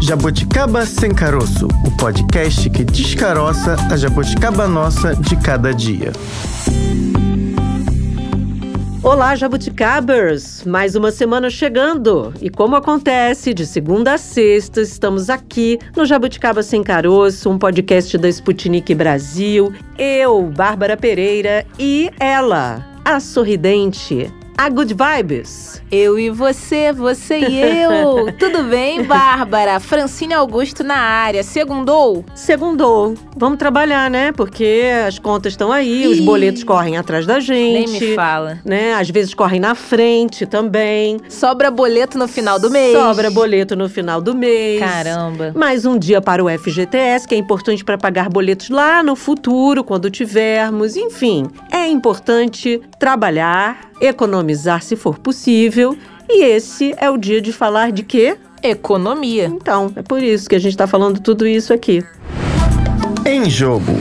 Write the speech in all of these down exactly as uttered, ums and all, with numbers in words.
Jabuticaba Sem Caroço, o podcast que descaroça a jabuticaba nossa de cada dia. Olá, jabuticabers! Mais uma semana chegando. E como acontece, de segunda a sexta, estamos aqui no Jabuticaba Sem Caroço, um podcast da Sputnik Brasil. Eu, Bárbara Pereira, e ela, a sorridente, a Good Vibes. Eu e você, você e eu. Tudo bem, Bárbara? Francine Augusto na área. Segundou? Segundou. Vamos trabalhar, né? Porque as contas estão aí, Ih, os boletos correm atrás da gente. Nem me fala. Né? Às vezes correm na frente também. Sobra boleto no final do mês. Sobra boleto no final do mês. Caramba. Mais um dia para o F G T S, que é importante para pagar boletos lá no futuro, quando tivermos. Enfim, é importante trabalhar, economizar se for possível. E esse é o dia de falar de quê? Economia. Então, é por isso que a gente está falando tudo isso aqui. Em Jogo.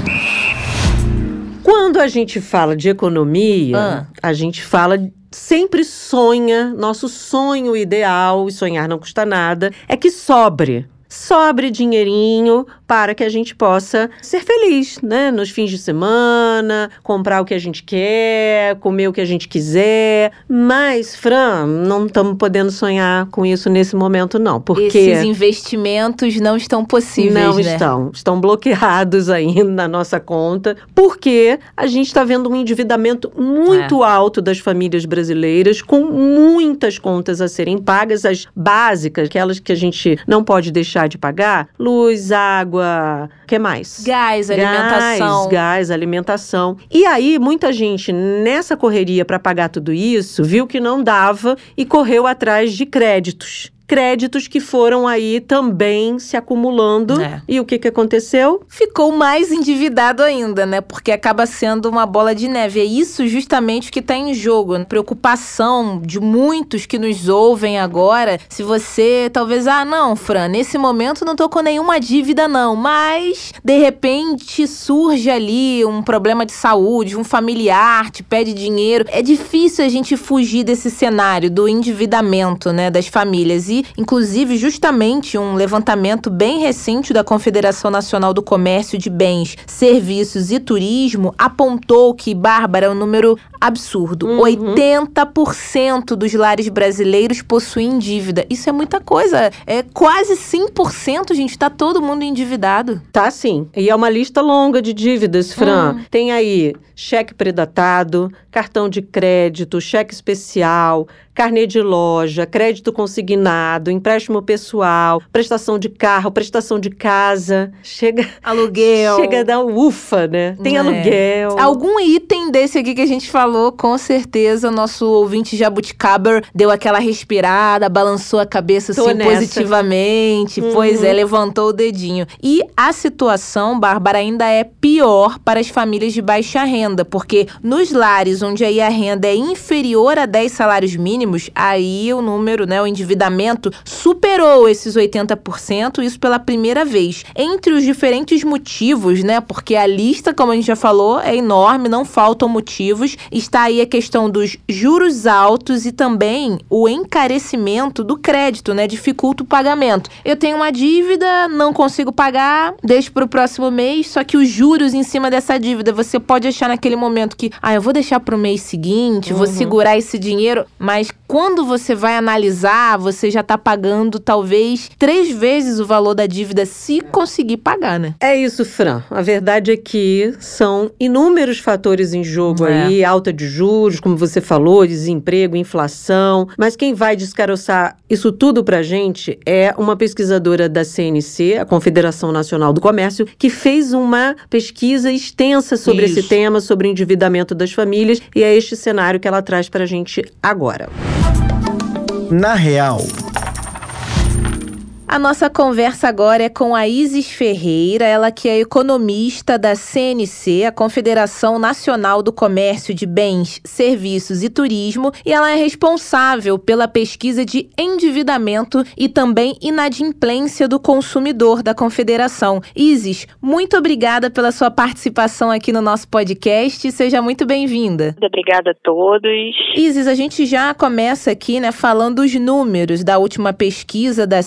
Quando a gente fala de economia, ah. a gente fala, sempre sonha, nosso sonho ideal, e sonhar não custa nada, é que sobre. Sobre dinheirinho para que a gente possa ser feliz, né? Nos fins de semana, comprar o que a gente quer, comer o que a gente quiser. Mas, Fran, não estamos podendo sonhar com isso nesse momento, não. Porque esses investimentos não estão possíveis, não né? Não estão. Estão bloqueados ainda na nossa conta, porque a gente está vendo um endividamento muito é. alto das famílias brasileiras, com muitas contas a serem pagas, as básicas, aquelas que a gente não pode deixar de pagar, luz, água, o que mais? Gás, alimentação. Gás, gás, alimentação. E aí, muita gente, nessa correria para pagar tudo isso, viu que não dava e correu atrás de créditos. Créditos que foram aí também se acumulando. É. E o que que aconteceu? Ficou mais endividado ainda, né? Porque acaba sendo uma bola de neve. É isso justamente que está em jogo. A preocupação de muitos que nos ouvem agora. Se você talvez, ah, não, Fran, nesse momento não tô com nenhuma dívida não. Mas, de repente, surge ali um problema de saúde, um familiar te pede dinheiro. É difícil a gente fugir desse cenário do endividamento, né, das famílias. E inclusive, justamente um levantamento bem recente da Confederação Nacional do Comércio de Bens, Serviços e Turismo apontou que, Bárbara, é um número absurdo. Uhum. oitenta por cento dos lares brasileiros possuem dívida. Isso é muita coisa. É quase cem por cento, gente. Tá todo mundo endividado. Tá sim. E é uma lista longa de dívidas, Fran. Hum. Tem aí cheque predatado, cartão de crédito, cheque especial, carnê de loja, crédito consignado, empréstimo pessoal, prestação de carro, prestação de casa. Chega... Aluguel. Chega a dar um ufa, né? Tem é. aluguel. Algum item desse aqui que a gente falou, com certeza, o nosso ouvinte Jabuticaber deu aquela respirada, balançou a cabeça Tô assim nessa. positivamente. Uhum. Pois é, levantou o dedinho. E a situação, Bárbara, ainda é pior para as famílias de baixa renda, porque nos lares onde aí a renda é inferior a dez salários mínimos, aí o número, né, o endividamento superou esses oitenta por cento, isso pela primeira vez. Entre os diferentes motivos, né, porque a lista, como a gente já falou, é enorme, não faltam motivos, está aí a questão dos juros altos e também o encarecimento do crédito, né, dificulta o pagamento. Eu tenho uma dívida, não consigo pagar, deixo para o próximo mês, só que os juros em cima dessa dívida, você pode achar naquele momento que, ah, eu vou deixar para o mês seguinte, uhum. vou segurar esse dinheiro, mas quando você vai analisar, você já está pagando talvez três vezes o valor da dívida se conseguir pagar, né? É isso, Fran. A verdade é que são inúmeros fatores em jogo é. aí, alta de juros, como você falou, desemprego, inflação, mas quem vai descaroçar isso tudo pra gente é uma pesquisadora da C N C, a Confederação Nacional do Comércio, que fez uma pesquisa extensa sobre isso. esse tema, sobre o endividamento das famílias, e é este cenário que ela traz pra gente agora. Na Real. A nossa conversa agora é com a Isis Ferreira, ela que é economista da C N C, a Confederação Nacional do Comércio de Bens, Serviços e Turismo, e ela é responsável pela pesquisa de endividamento e também inadimplência do consumidor da Confederação. Isis, muito obrigada pela sua participação aqui no nosso podcast, seja muito bem-vinda. Obrigada a todos. Isis, a gente já começa aqui, né, falando os números da última pesquisa da C N C,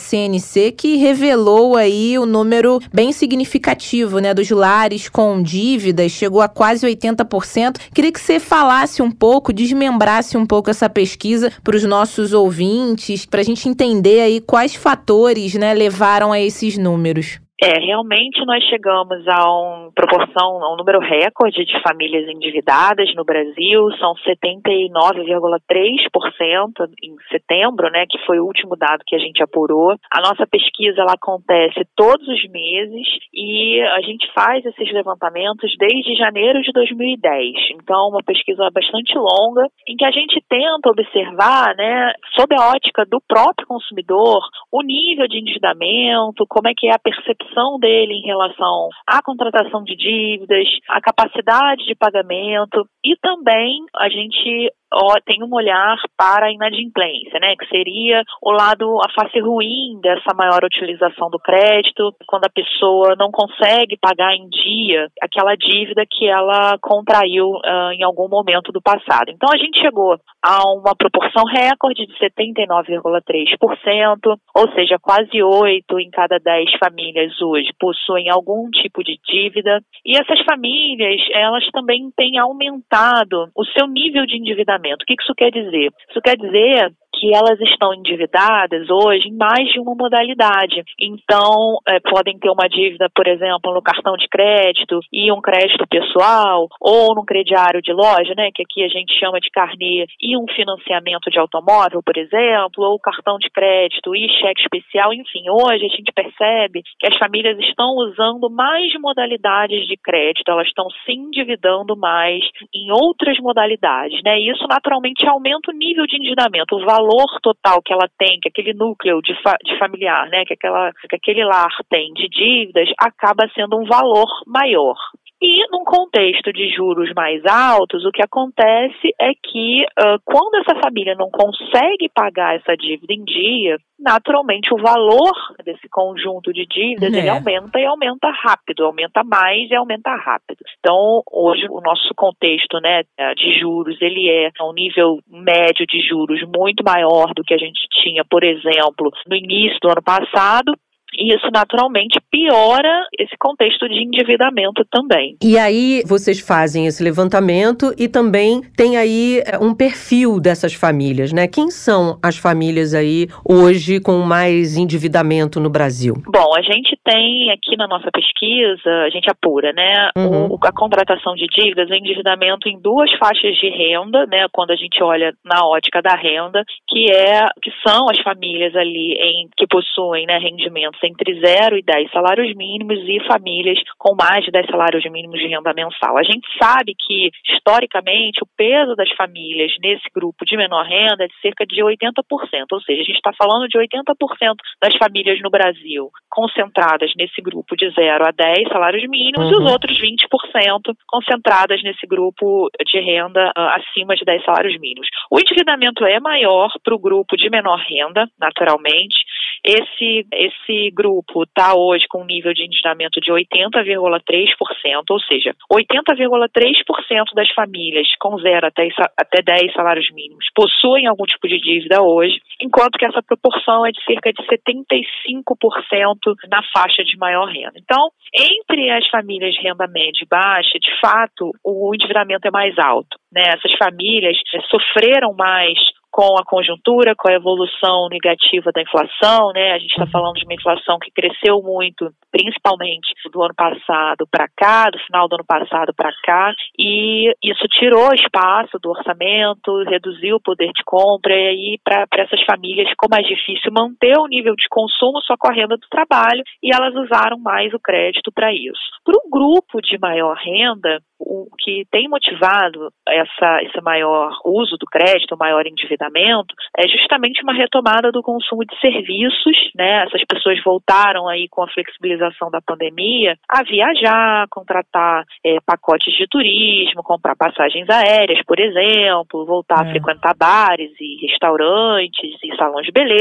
C, que revelou aí o número bem significativo, né, dos lares com dívidas, chegou a quase oitenta por cento. Queria que você falasse um pouco, desmembrasse um pouco essa pesquisa para os nossos ouvintes, para a gente entender aí quais fatores, né, levaram a esses números. É, realmente nós chegamos a uma proporção, a um número recorde de famílias endividadas no Brasil, são setenta e nove vírgula três por cento em setembro, né, que foi o último dado que a gente apurou. A nossa pesquisa, ela acontece todos os meses e a gente faz esses levantamentos desde janeiro de dois mil e dez. Então, uma pesquisa bastante longa, em que a gente tenta observar, né, sob a ótica do próprio consumidor, o nível de endividamento, como é que é a percepção dele em relação à contratação de dívidas, a capacidade de pagamento e também a gente ó, tem um olhar para a inadimplência, né, que seria o lado, a face ruim dessa maior utilização do crédito, quando a pessoa não consegue pagar em dia aquela dívida que ela contraiu uh, em algum momento do passado. Então a gente chegou a uma proporção recorde de setenta e nove vírgula três por cento, ou seja, quase oito em cada dez famílias hoje possuem algum tipo de dívida. E essas famílias, elas também têm aumentado o seu nível de endividamento. O que isso quer dizer? Isso quer dizer que elas estão endividadas hoje em mais de uma modalidade. Então, é, podem ter uma dívida, por exemplo, no cartão de crédito e um crédito pessoal, ou no crediário de loja, né, que aqui a gente chama de carnê, e um financiamento de automóvel, por exemplo, ou cartão de crédito e cheque especial. Enfim, hoje a gente percebe que as famílias estão usando mais modalidades de crédito, elas estão se endividando mais em outras modalidades, né, e isso naturalmente aumenta o nível de endividamento, o valor total que ela tem, que aquele núcleo de, fa- de familiar, né, que, aquela, que aquele lar tem de dívidas, acaba sendo um valor maior. E num contexto de juros mais altos, o que acontece é que uh, quando essa família não consegue pagar essa dívida em dia, naturalmente o valor desse conjunto de dívidas, é. ele aumenta e aumenta rápido, aumenta mais e aumenta rápido. Então, hoje o nosso contexto, né, de juros, ele é um nível médio de juros muito maior do que a gente tinha, por exemplo, no início do ano passado. E isso naturalmente piora esse contexto de endividamento também. E aí vocês fazem esse levantamento e também tem aí um perfil dessas famílias, né? Quem são as famílias aí hoje com mais endividamento no Brasil? Bom, a gente tem aqui na nossa pesquisa, a gente apura, né? Uhum. O, a contratação de dívidas, o endividamento em duas faixas de renda, né? Quando a gente olha na ótica da renda, que é que são as famílias ali em, que possuem, né, rendimentos entre zero e dez salários mínimos e famílias com mais de dez salários mínimos de renda mensal. A gente sabe que, historicamente, o peso das famílias nesse grupo de menor renda é de cerca de oitenta por cento, ou seja, a gente está falando de oitenta por cento das famílias no Brasil concentradas nesse grupo de zero a dez salários mínimos, uhum, e os outros vinte por cento concentradas nesse grupo de renda uh, acima de dez salários mínimos. O endividamento é maior para o grupo de menor renda, naturalmente. Esse, esse grupo está hoje com um nível de endividamento de oitenta vírgula três por cento, ou seja, oitenta vírgula três por cento das famílias com zero até, até dez salários mínimos possuem algum tipo de dívida hoje, enquanto que essa proporção é de cerca de setenta e cinco por cento na faixa de maior renda. Então, entre as famílias de renda média e baixa, de fato, o endividamento é mais alto, né? Essas famílias é, sofreram mais com a conjuntura, com a evolução negativa da inflação, né? A gente está falando de uma inflação que cresceu muito, principalmente do ano passado para cá, do final do ano passado para cá, e isso tirou espaço do orçamento, reduziu o poder de compra, e aí para essas famílias ficou mais difícil manter o nível de consumo só com a renda do trabalho, e elas usaram mais o crédito para isso. Para um grupo de maior renda, o que tem motivado essa, esse maior uso do crédito, o maior endividamento, é justamente uma retomada do consumo de serviços, né? Essas pessoas voltaram aí com a flexibilização da pandemia a viajar, contratar é, pacotes de turismo, comprar passagens aéreas, por exemplo, voltar é. a frequentar bares e restaurantes e salões de beleza.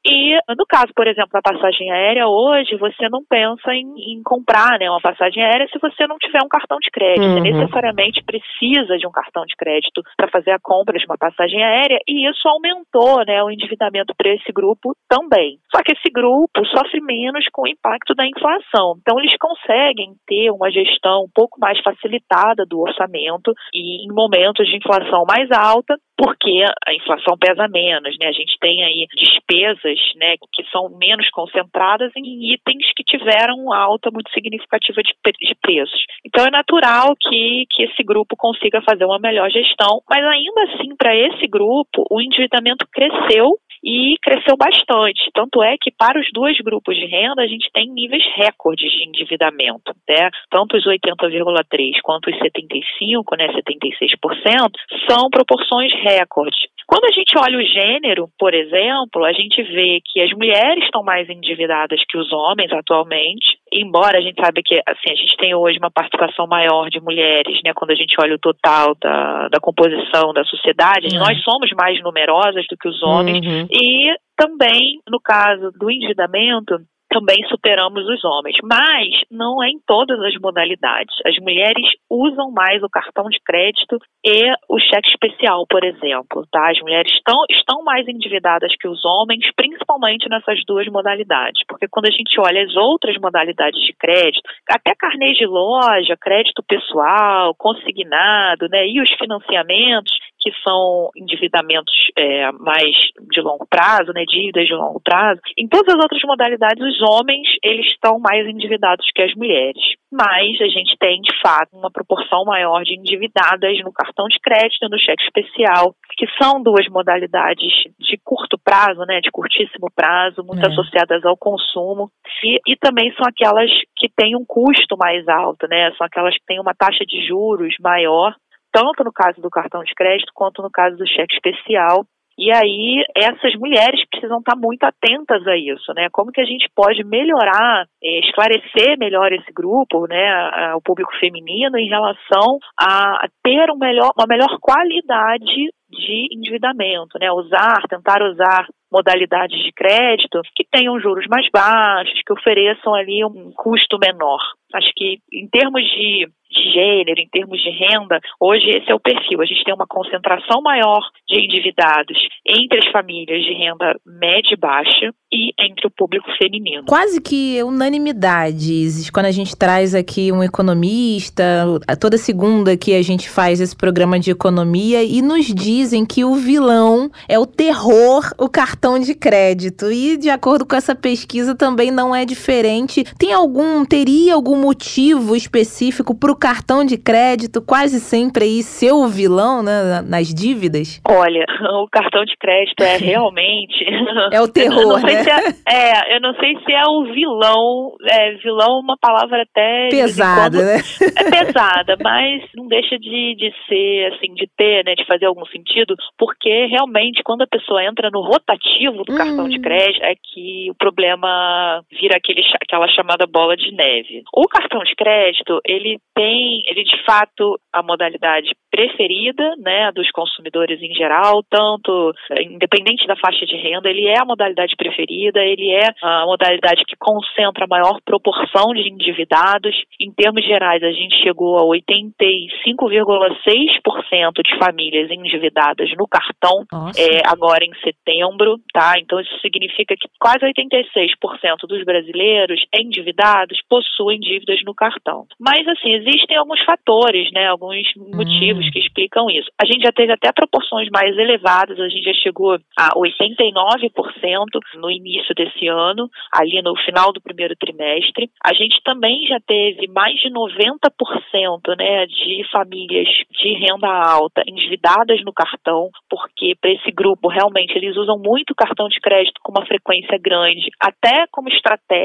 E no caso, por exemplo, da passagem aérea, hoje você não pensa em, em comprar, né, uma passagem aérea se você não tiver um cartão de crédito. Uhum. Você necessariamente precisa de um cartão de crédito para fazer a compra de uma passagem aérea, e isso aumentou, né, o endividamento para esse grupo também. Só que esse grupo sofre menos com o impacto da inflação. Então eles conseguem ter uma gestão um pouco mais facilitada do orçamento e em momentos de inflação mais alta, porque a inflação pesa menos, né? A gente tem aí despesas, né, que são menos concentradas em itens que tiveram alta muito significativa de, de preços. Então é natural que, que esse grupo consiga fazer uma melhor gestão, mas ainda assim, para esse grupo, o endividamento cresceu e cresceu bastante. Tanto é que para os dois grupos de renda a gente tem níveis recordes de endividamento, né? Tanto os oitenta vírgula três por cento quanto os setenta e cinco por cento, né, setenta e seis por cento, são proporções recordes. Quando a gente olha o gênero, por exemplo, a gente vê que as mulheres estão mais endividadas que os homens atualmente, embora a gente saiba que assim, a gente tem hoje uma participação maior de mulheres, né, quando a gente olha o total da, da composição da sociedade, uhum. nós somos mais numerosas do que os homens, uhum. e também, no caso do endividamento, também superamos os homens, mas não é em todas as modalidades. As mulheres usam mais o cartão de crédito e o cheque especial, por exemplo, tá? As mulheres estão, estão mais endividadas que os homens, principalmente nessas duas modalidades, porque quando a gente olha as outras modalidades de crédito, até carnê de loja, crédito pessoal, consignado, né, e os financiamentos, que são endividamentos é, mais de longo prazo, né, dívidas de longo prazo, em todas as outras modalidades, os homens, eles estão mais endividados que as mulheres. Mas a gente tem, de fato, uma proporção maior de endividadas no cartão de crédito e no cheque especial, que são duas modalidades de curto prazo, né, de curtíssimo prazo, muito é. associadas ao consumo, e, e também são aquelas que têm um custo mais alto, né, são aquelas que têm uma taxa de juros maior, tanto no caso do cartão de crédito quanto no caso do cheque especial. E aí, essas mulheres precisam estar muito atentas a isso, né? Como que a gente pode melhorar, é, esclarecer melhor esse grupo, né, a, o público feminino, em relação a, a ter um melhor, uma melhor qualidade de endividamento, né? Usar, tentar usar modalidades de crédito que tenham juros mais baixos, que ofereçam ali um custo menor. Acho que em termos de gênero, em termos de renda, hoje esse é o perfil. A gente tem uma concentração maior de endividados entre as famílias de renda média e baixa e entre o público feminino. Quase que unanimidade, Isis, quando a gente traz aqui um economista, toda segunda que a gente faz esse programa de economia, e nos dizem que o vilão é o terror, o cartão de crédito. E de acordo com essa pesquisa também não é diferente. Tem algum, teria algum motivo específico para o cartão de crédito quase sempre aí ser o vilão, né, nas dívidas? Olha, o cartão de crédito é realmente... é o terror, né? É, é, eu não sei se é o vilão, é, vilão é uma palavra até... pesada, quando, né? É pesada, mas não deixa de, de ser, assim, de ter, né, de fazer algum sentido, porque realmente quando a pessoa entra no rotativo do hum. cartão de crédito é que o problema vira aquele, aquela chamada bola de neve. O cartão de crédito, ele tem, ele de fato, a modalidade preferida, né, dos consumidores em geral, tanto, independente da faixa de renda, ele é a modalidade preferida, ele é a modalidade que concentra a maior proporção de endividados. Em termos gerais, a gente chegou a oitenta e cinco vírgula seis por cento de famílias endividadas no cartão, é, agora em setembro, tá? Então isso significa que quase oitenta e seis por cento dos brasileiros endividados possuem dívidas no cartão. Mas, assim, existem alguns fatores, né, alguns motivos que explicam isso. A gente já teve até proporções mais elevadas, a gente já chegou a oitenta e nove por cento no início desse ano, ali no final do primeiro trimestre. A gente também já teve mais de noventa por cento, né, de famílias de renda alta endividadas no cartão, porque para esse grupo, realmente, eles usam muito cartão de crédito com uma frequência grande, até como estratégia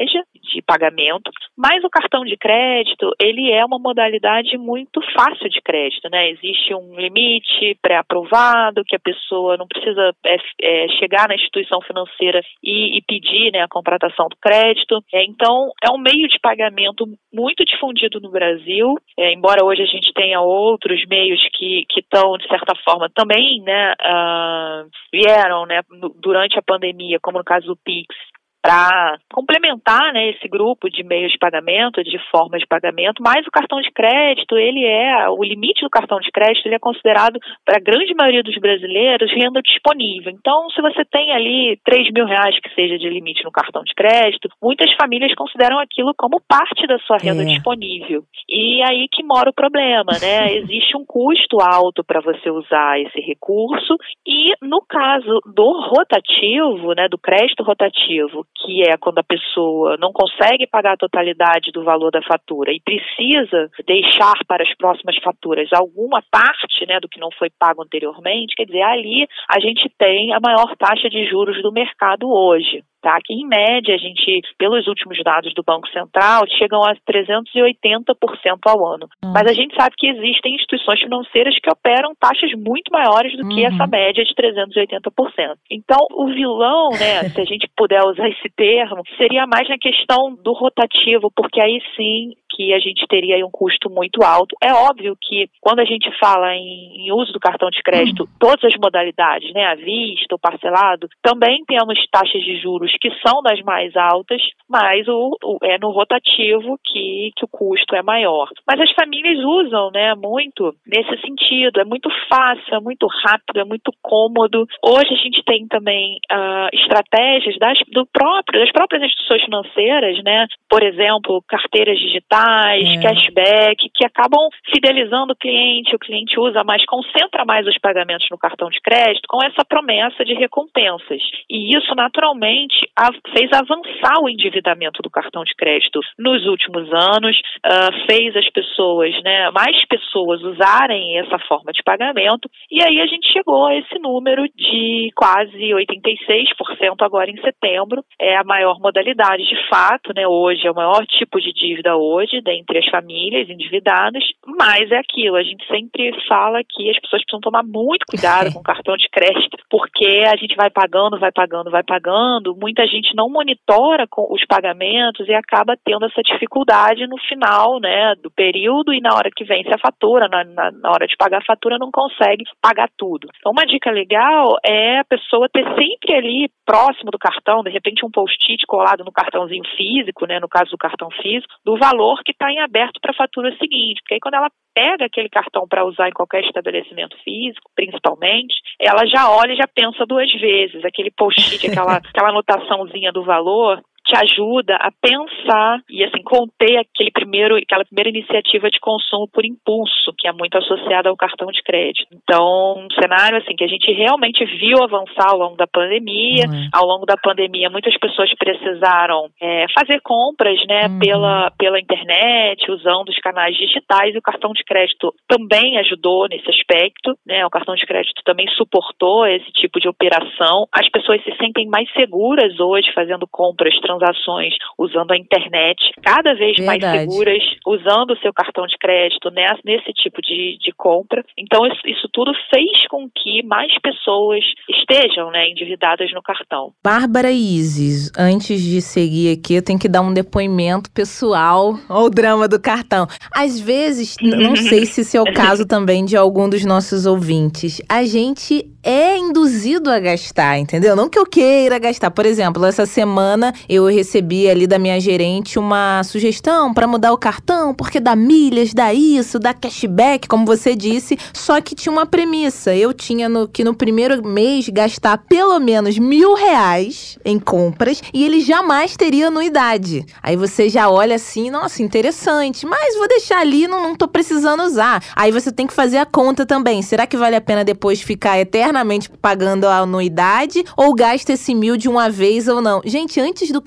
de pagamento, mas o cartão de crédito, ele é uma modalidade muito fácil de crédito, né? Existe um limite pré-aprovado, que a pessoa não precisa é, é, chegar na instituição financeira e, e pedir, né, a contratação do crédito. É, então, é um meio de pagamento muito difundido no Brasil, é, embora hoje a gente tenha outros meios que estão, de certa forma, também, né, uh, vieram, né, durante a pandemia, como no caso do Pix, para complementar, né, esse grupo de meios de pagamento, de formas de pagamento, mas o cartão de crédito, ele é, o limite do cartão de crédito, ele é considerado, para a grande maioria dos brasileiros, renda disponível. Então, se você tem ali três mil reais que seja de limite no cartão de crédito, muitas famílias consideram aquilo como parte da sua renda é. disponível. E aí que mora o problema, né? Existe um custo alto para você usar esse recurso e, no caso do rotativo, né, do crédito rotativo, que é quando a pessoa não consegue pagar a totalidade do valor da fatura e precisa deixar para as próximas faturas alguma parte, né, do que não foi pago anteriormente, quer dizer, ali a gente tem a maior taxa de juros do mercado hoje. Tá? Que, em média, a gente, pelos últimos dados do Banco Central, chegam a trezentos e oitenta por cento ao ano. Uhum. Mas a gente sabe que existem instituições financeiras que operam taxas muito maiores do uhum. que essa média de trezentos e oitenta por cento. Então, o vilão, né, se a gente puder usar esse termo, seria mais na questão do rotativo, porque aí sim que a gente teria aí um custo muito alto. É óbvio que quando a gente fala em, em uso do cartão de crédito, uhum. todas as modalidades, né, à vista, o parcelado, também temos taxas de juros que são das mais altas, mas o, o, é no rotativo que, que o custo é maior. Mas as famílias usam, né, muito nesse sentido, é muito fácil, é muito rápido, é muito cômodo. Hoje a gente tem também uh, estratégias das, do próprio, das próprias instituições financeiras, né, por exemplo, carteiras digitais, é. cashback, que acabam fidelizando o cliente, o cliente usa mais, concentra mais os pagamentos no cartão de crédito com essa promessa de recompensas. E isso, naturalmente, fez avançar o endividamento do cartão de crédito nos últimos anos, uh, fez as pessoas, né, mais pessoas usarem essa forma de pagamento, e aí a gente chegou a esse número de quase oitenta e seis por cento agora em setembro. É a maior modalidade, de fato, né, hoje é o maior tipo de dívida hoje, dentre as famílias endividadas, mas é aquilo, a gente sempre fala que as pessoas precisam tomar muito cuidado com o cartão de crédito, porque a gente vai pagando, vai pagando, vai pagando, muita gente não monitora com os pagamentos e acaba tendo essa dificuldade no final, né, do período, e na hora que vence a fatura, na, na, na hora de pagar a fatura, não consegue pagar tudo. Então, uma dica legal é a pessoa ter sempre ali próximo do cartão, de repente um post-it colado no cartãozinho físico, né, no caso do cartão físico, do valor que está em aberto para a fatura seguinte, porque aí quando ela pega aquele cartão para usar em qualquer estabelecimento físico, principalmente, ela já olha e já pensa duas vezes, aquele post-it, aquela, aquela anotaçãozinha do valor, te ajuda a pensar e, assim, conter aquele primeiro, aquela primeira iniciativa de consumo por impulso, que é muito associada ao cartão de crédito. Então, um cenário, assim, que a gente realmente viu avançar ao longo da pandemia. Uhum. Ao longo da pandemia, muitas pessoas precisaram é, fazer compras, né, uhum. pela, pela internet, usando os canais digitais, e o cartão de crédito também ajudou nesse aspecto, né, o cartão de crédito também suportou esse tipo de operação. As pessoas se sentem mais seguras hoje fazendo compras, transações usando a internet, cada vez Verdade. mais seguras, usando o seu cartão de crédito nesse, nesse tipo de, de compra. Então, isso, isso tudo fez com que mais pessoas estejam, né, endividadas no cartão. Bárbara e Isis, antes de seguir aqui, eu tenho que dar um depoimento pessoal ao drama do cartão. Às vezes, não sei se esse é o caso também de algum dos nossos ouvintes, a gente é induzido a gastar, entendeu? Não que eu queira gastar. Por exemplo, essa semana eu recebi ali da minha gerente uma sugestão para mudar o cartão, porque dá milhas, dá isso, dá cashback, como você disse, só que tinha uma premissa. Eu tinha no, que no primeiro mês gastar pelo menos mil reais em compras e ele jamais teria anuidade. Aí você já olha assim, nossa, interessante, mas vou deixar ali, não, não tô precisando usar. Aí você tem que fazer a conta também. Será que vale a pena depois ficar eternamente pagando a anuidade ou gasta esse mil de uma vez ou não? Gente, antes do cartão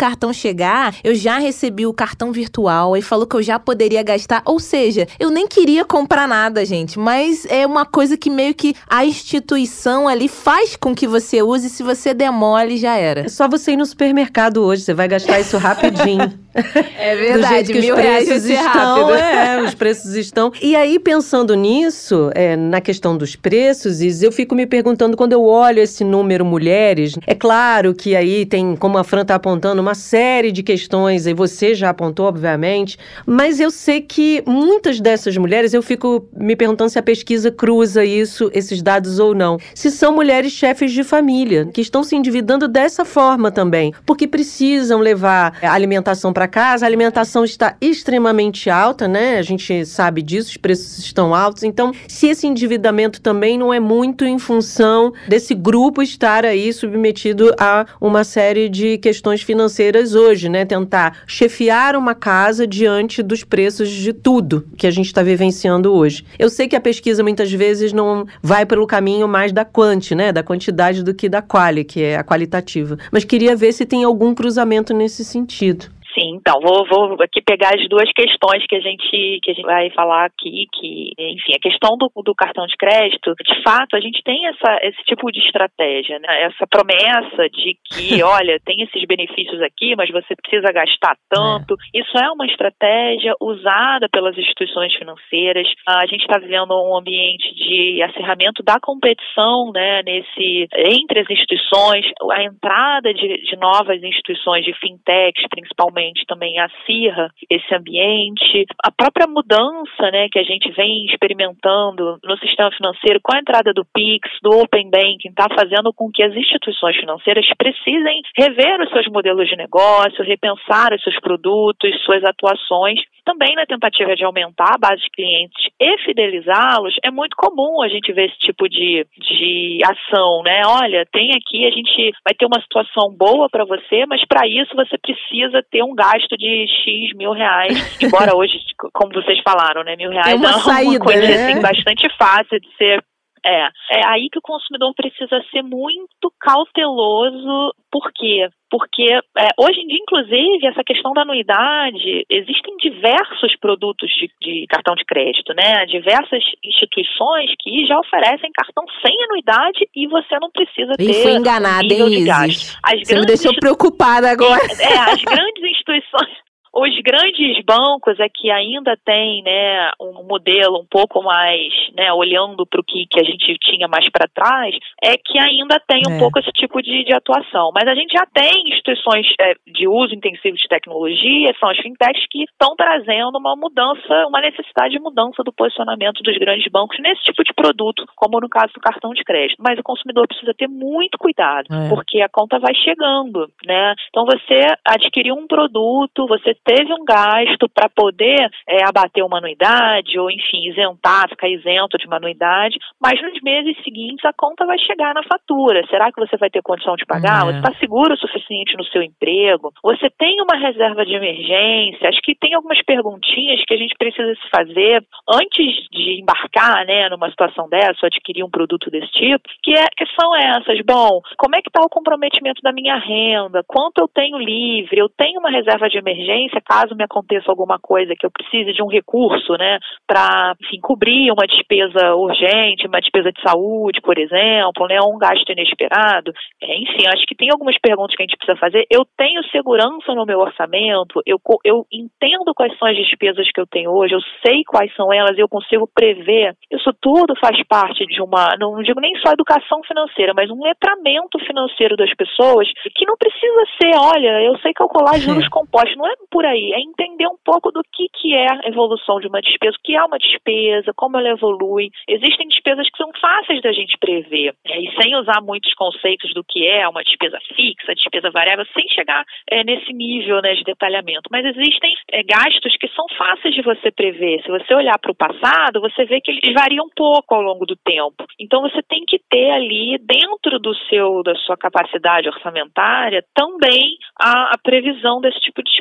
cartão chegar, eu já recebi o cartão virtual e falou que eu já poderia gastar. Ou seja, eu nem queria comprar nada, gente, mas é uma coisa que meio que a instituição ali faz com que você use, se você demole, já era. É só você ir no supermercado hoje, você vai gastar isso rapidinho. É verdade, do jeito que mil os reais preços vai ser estão, rápido. é, os preços estão. E aí, pensando nisso, é, na questão dos preços, Is, eu fico me perguntando, quando eu olho esse número mulheres, é claro que aí tem, como a Fran está apontando, uma série de questões, e você já apontou, obviamente, mas eu sei que muitas dessas mulheres, eu fico me perguntando se a pesquisa cruza isso, esses dados ou não. Se são mulheres chefes de família, que estão se endividando dessa forma também, porque precisam levar a alimentação para casa, a alimentação está extremamente alta, né? A gente sabe disso, os preços estão altos. Então, se esse endividamento também não é muito em função desse grupo estar aí submetido a uma série de questões financeiras hoje, né? Tentar chefiar uma casa diante dos preços de tudo que a gente está vivenciando hoje. Eu sei que a pesquisa muitas vezes não vai pelo caminho mais da quanti, né? Da quantidade do que da quali, que é a qualitativa. Mas queria ver se tem algum cruzamento nesse sentido. Sim, então, vou, vou aqui pegar as duas questões que a gente, que a gente vai falar aqui, que, enfim, a questão do, do cartão de crédito, de fato, a gente tem essa, esse tipo de estratégia, né? Essa promessa de que, olha, tem esses benefícios aqui, mas você precisa gastar tanto. É. Isso é uma estratégia usada pelas instituições financeiras. A gente está vivendo um ambiente de acirramento da competição, né, nesse, entre as instituições, a entrada de, de novas instituições, de fintechs, principalmente, também acirra esse ambiente. A própria mudança, né, que a gente vem experimentando no sistema financeiro com a entrada do Pix, do Open Banking, está fazendo com que as instituições financeiras precisem rever os seus modelos de negócio, repensar os seus produtos, suas atuações. Também na tentativa de aumentar a base de clientes e fidelizá-los, é muito comum a gente ver esse tipo de, de ação, né? Olha, tem aqui, a gente vai ter uma situação boa para você, mas para isso você precisa ter um gasto de X mil reais, embora hoje, como vocês falaram, né, mil reais é uma, é uma saída, coisa né? assim, bastante fácil de ser. É, é aí que o consumidor precisa ser muito cauteloso. Por quê? Porque é, hoje em dia, inclusive, essa questão da anuidade, existem diversos produtos de, de cartão de crédito, né? Diversas instituições que já oferecem cartão sem anuidade e você não precisa ter. E fui enganada, um nível hein, de gasto. Isis? As Você me deixou institu... preocupada agora. É, é, as grandes instituições. Os grandes bancos é que ainda tem, né, um modelo um pouco mais, né, olhando para o que, que a gente tinha mais para trás, é que ainda tem um é. pouco esse tipo de, de atuação. Mas a gente já tem instituições é, de uso intensivo de tecnologia, são as fintechs que estão trazendo uma mudança, uma necessidade de mudança do posicionamento dos grandes bancos nesse tipo de produto, como no caso do cartão de crédito. Mas o consumidor precisa ter muito cuidado, é. porque a conta vai chegando, né? Então você adquiriu um produto, você teve um gasto para poder é, abater uma anuidade ou, enfim, isentar, ficar isento de uma anuidade, mas nos meses seguintes a conta vai chegar na fatura. Será que você vai ter condição de pagar? É. Você está seguro o suficiente no seu emprego? Você tem uma reserva de emergência? Acho que tem algumas perguntinhas que a gente precisa se fazer antes de embarcar, né, numa situação dessa, ou adquirir um produto desse tipo, que, é, que são essas. Bom, como é que está o comprometimento da minha renda? Quanto eu tenho livre? Eu tenho uma reserva de emergência caso me aconteça alguma coisa que eu precise de um recurso, né, para, enfim, cobrir uma despesa urgente, uma despesa de saúde, por exemplo, né, um gasto inesperado. É, enfim, acho que tem algumas perguntas que a gente precisa fazer. Eu tenho segurança no meu orçamento? Eu, eu entendo quais são as despesas que eu tenho hoje? Eu sei quais são elas e eu consigo prever? Isso tudo faz parte de uma, não digo nem só educação financeira, mas um letramento financeiro das pessoas que não precisa ser, olha, eu sei calcular juros compostos, não é por aí, é entender um pouco do que, que é a evolução de uma despesa, o que é uma despesa, como ela evolui. Existem despesas que são fáceis da gente prever, é, e sem usar muitos conceitos do que é uma despesa fixa, despesa variável, sem chegar é, nesse nível, né, de detalhamento. Mas existem é, gastos que são fáceis de você prever. Se você olhar para o passado, você vê que eles variam um pouco ao longo do tempo. Então você tem que ter ali, dentro do seu, da sua capacidade orçamentária, também a, a previsão desse tipo de despesa.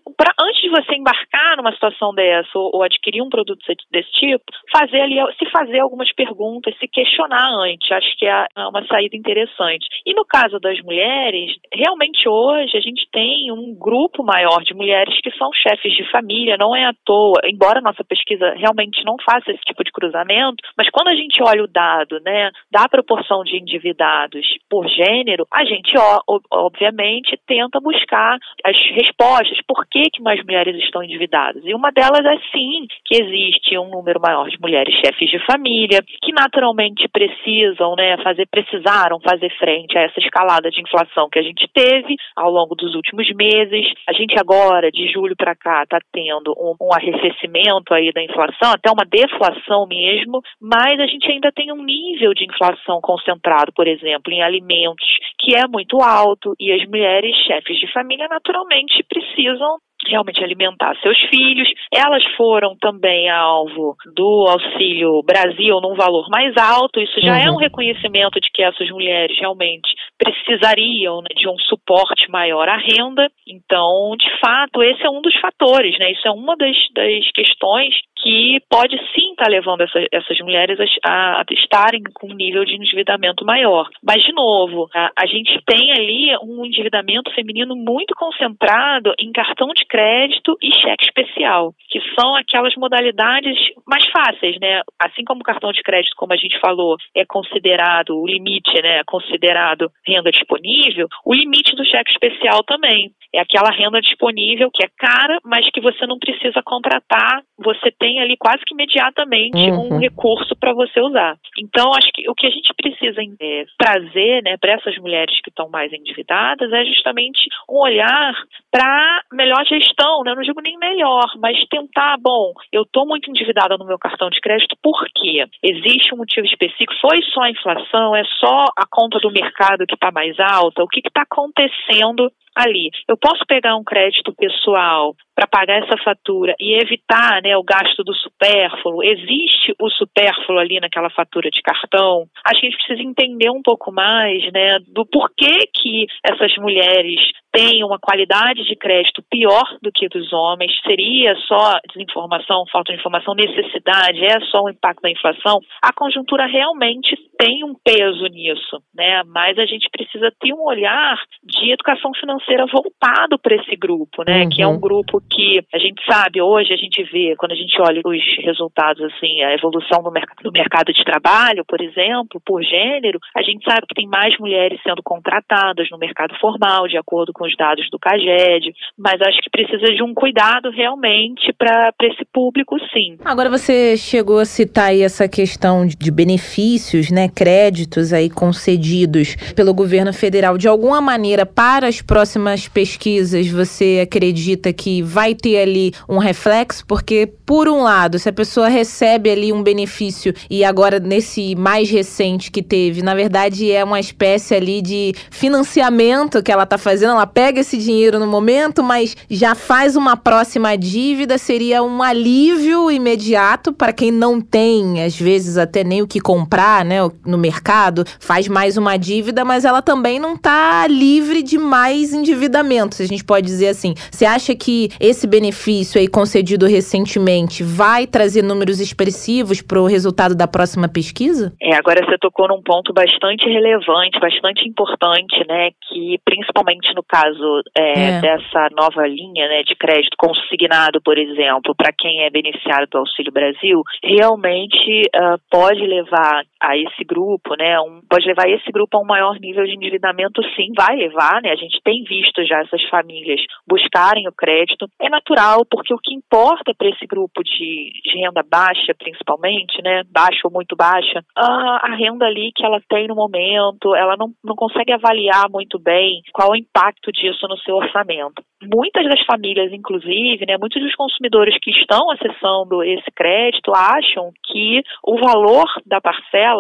pra, antes de você embarcar numa situação dessa ou, ou adquirir um produto desse tipo, fazer ali, se fazer algumas perguntas, se questionar antes. Acho que é uma saída interessante. E no caso das mulheres, realmente hoje a gente tem um grupo maior de mulheres que são chefes de família, não é à toa, embora a nossa pesquisa realmente não faça esse tipo de cruzamento, mas quando a gente olha o dado, né, da proporção de endividados por gênero, a gente, ó, obviamente, tenta buscar as respostas, por que que mais mulheres estão endividadas? E uma delas é sim, que existe um número maior de mulheres chefes de família, que naturalmente precisam, né, fazer, precisaram fazer frente a essa escalada de inflação que a gente teve ao longo dos últimos meses. A gente agora, de julho para cá, está tendo um, um arrefecimento aí da inflação, até uma deflação mesmo, mas a gente ainda tem um nível de inflação concentrado, por exemplo, em alimentos, que é muito alto, e as mulheres chefes de família naturalmente precisam realmente alimentar seus filhos. Elas foram também alvo do Auxílio Brasil num valor mais alto. Isso já uhum. é um reconhecimento de que essas mulheres realmente precisariam, né, de um suporte maior à renda. Então, de fato, esse é um dos fatores, né? Isso é uma das, das questões que pode sim estar levando essa, essas mulheres a, a estarem com um nível de endividamento maior. Mas, de novo, a, a gente tem ali um endividamento feminino muito concentrado em cartão de crédito e cheque especial, que são aquelas modalidades mais fáceis, né? Assim como o cartão de crédito, como a gente falou, é considerado, o limite, né, é considerado renda disponível, o limite do cheque especial também. É aquela renda disponível que é cara, mas que você não precisa contratar, você tem ali quase que imediatamente uhum. um recurso para você usar. Então, acho que o que a gente precisa é, trazer, né, para essas mulheres que estão mais endividadas é justamente um olhar para melhor gestão, né? Eu não digo nem melhor, mas tentar, bom, eu estou muito endividada no meu cartão de crédito, por quê? Existe um motivo específico? Foi só a inflação? É só a conta do mercado que está mais alta? O que está acontecendo ali? Eu posso pegar um crédito pessoal para pagar essa fatura e evitar, né, o gasto do supérfluo? Existe o supérfluo ali naquela fatura de cartão? Acho que a gente precisa entender um pouco mais, né, do porquê que essas mulheres têm uma qualidade de crédito pior do que dos homens. Seria só desinformação, falta de informação, necessidade? É só o impacto da inflação? A conjuntura realmente tem um peso nisso, né? Mas a gente precisa ter um olhar de educação financeira voltado para esse grupo, né? Uhum. Que é um grupo que a gente sabe, hoje a gente vê, quando a gente olha os resultados, assim, a evolução do, merc- do mercado de trabalho, por exemplo, por gênero, a gente sabe que tem mais mulheres sendo contratadas no mercado formal, de acordo com os dados do CAGED, mas acho que precisa de um cuidado realmente para esse público, sim. Agora você chegou a citar aí essa questão de benefícios, né, créditos aí concedidos pelo governo federal. De alguma maneira, para as próximas pesquisas, você acredita que vai ter ali um reflexo? Porque, por um lado, se a pessoa recebe ali um benefício e agora nesse mais recente que teve, na verdade é uma espécie ali de financiamento que ela está fazendo, ela pega esse dinheiro no momento, mas já faz uma próxima dívida, seria um alívio imediato para quem não tem, às vezes, até nem o que comprar, né, no mercado, faz mais uma dívida, mas ela também não está livre de mais endividamento, se a gente pode dizer assim. Você acha que esse benefício aí concedido recentemente vai trazer números expressivos para o resultado da próxima pesquisa? É, agora você tocou num ponto bastante relevante, bastante importante, né, que principalmente no caso é, é. dessa nova linha, né, de crédito consignado, por exemplo, para quem é beneficiário do Auxílio Brasil, realmente uh, pode levar a esse grupo, né, um, pode levar esse grupo a um maior nível de endividamento, sim, vai levar, né, a gente tem visto já essas famílias buscarem o crédito, é natural, porque o que importa para esse grupo de, de renda baixa, principalmente, né, baixa ou muito baixa, a, a renda ali que ela tem no momento, ela não, não consegue avaliar muito bem qual o impacto disso no seu orçamento. Muitas das famílias, inclusive, né, muitos dos consumidores que estão acessando esse crédito acham que o valor da parcela do,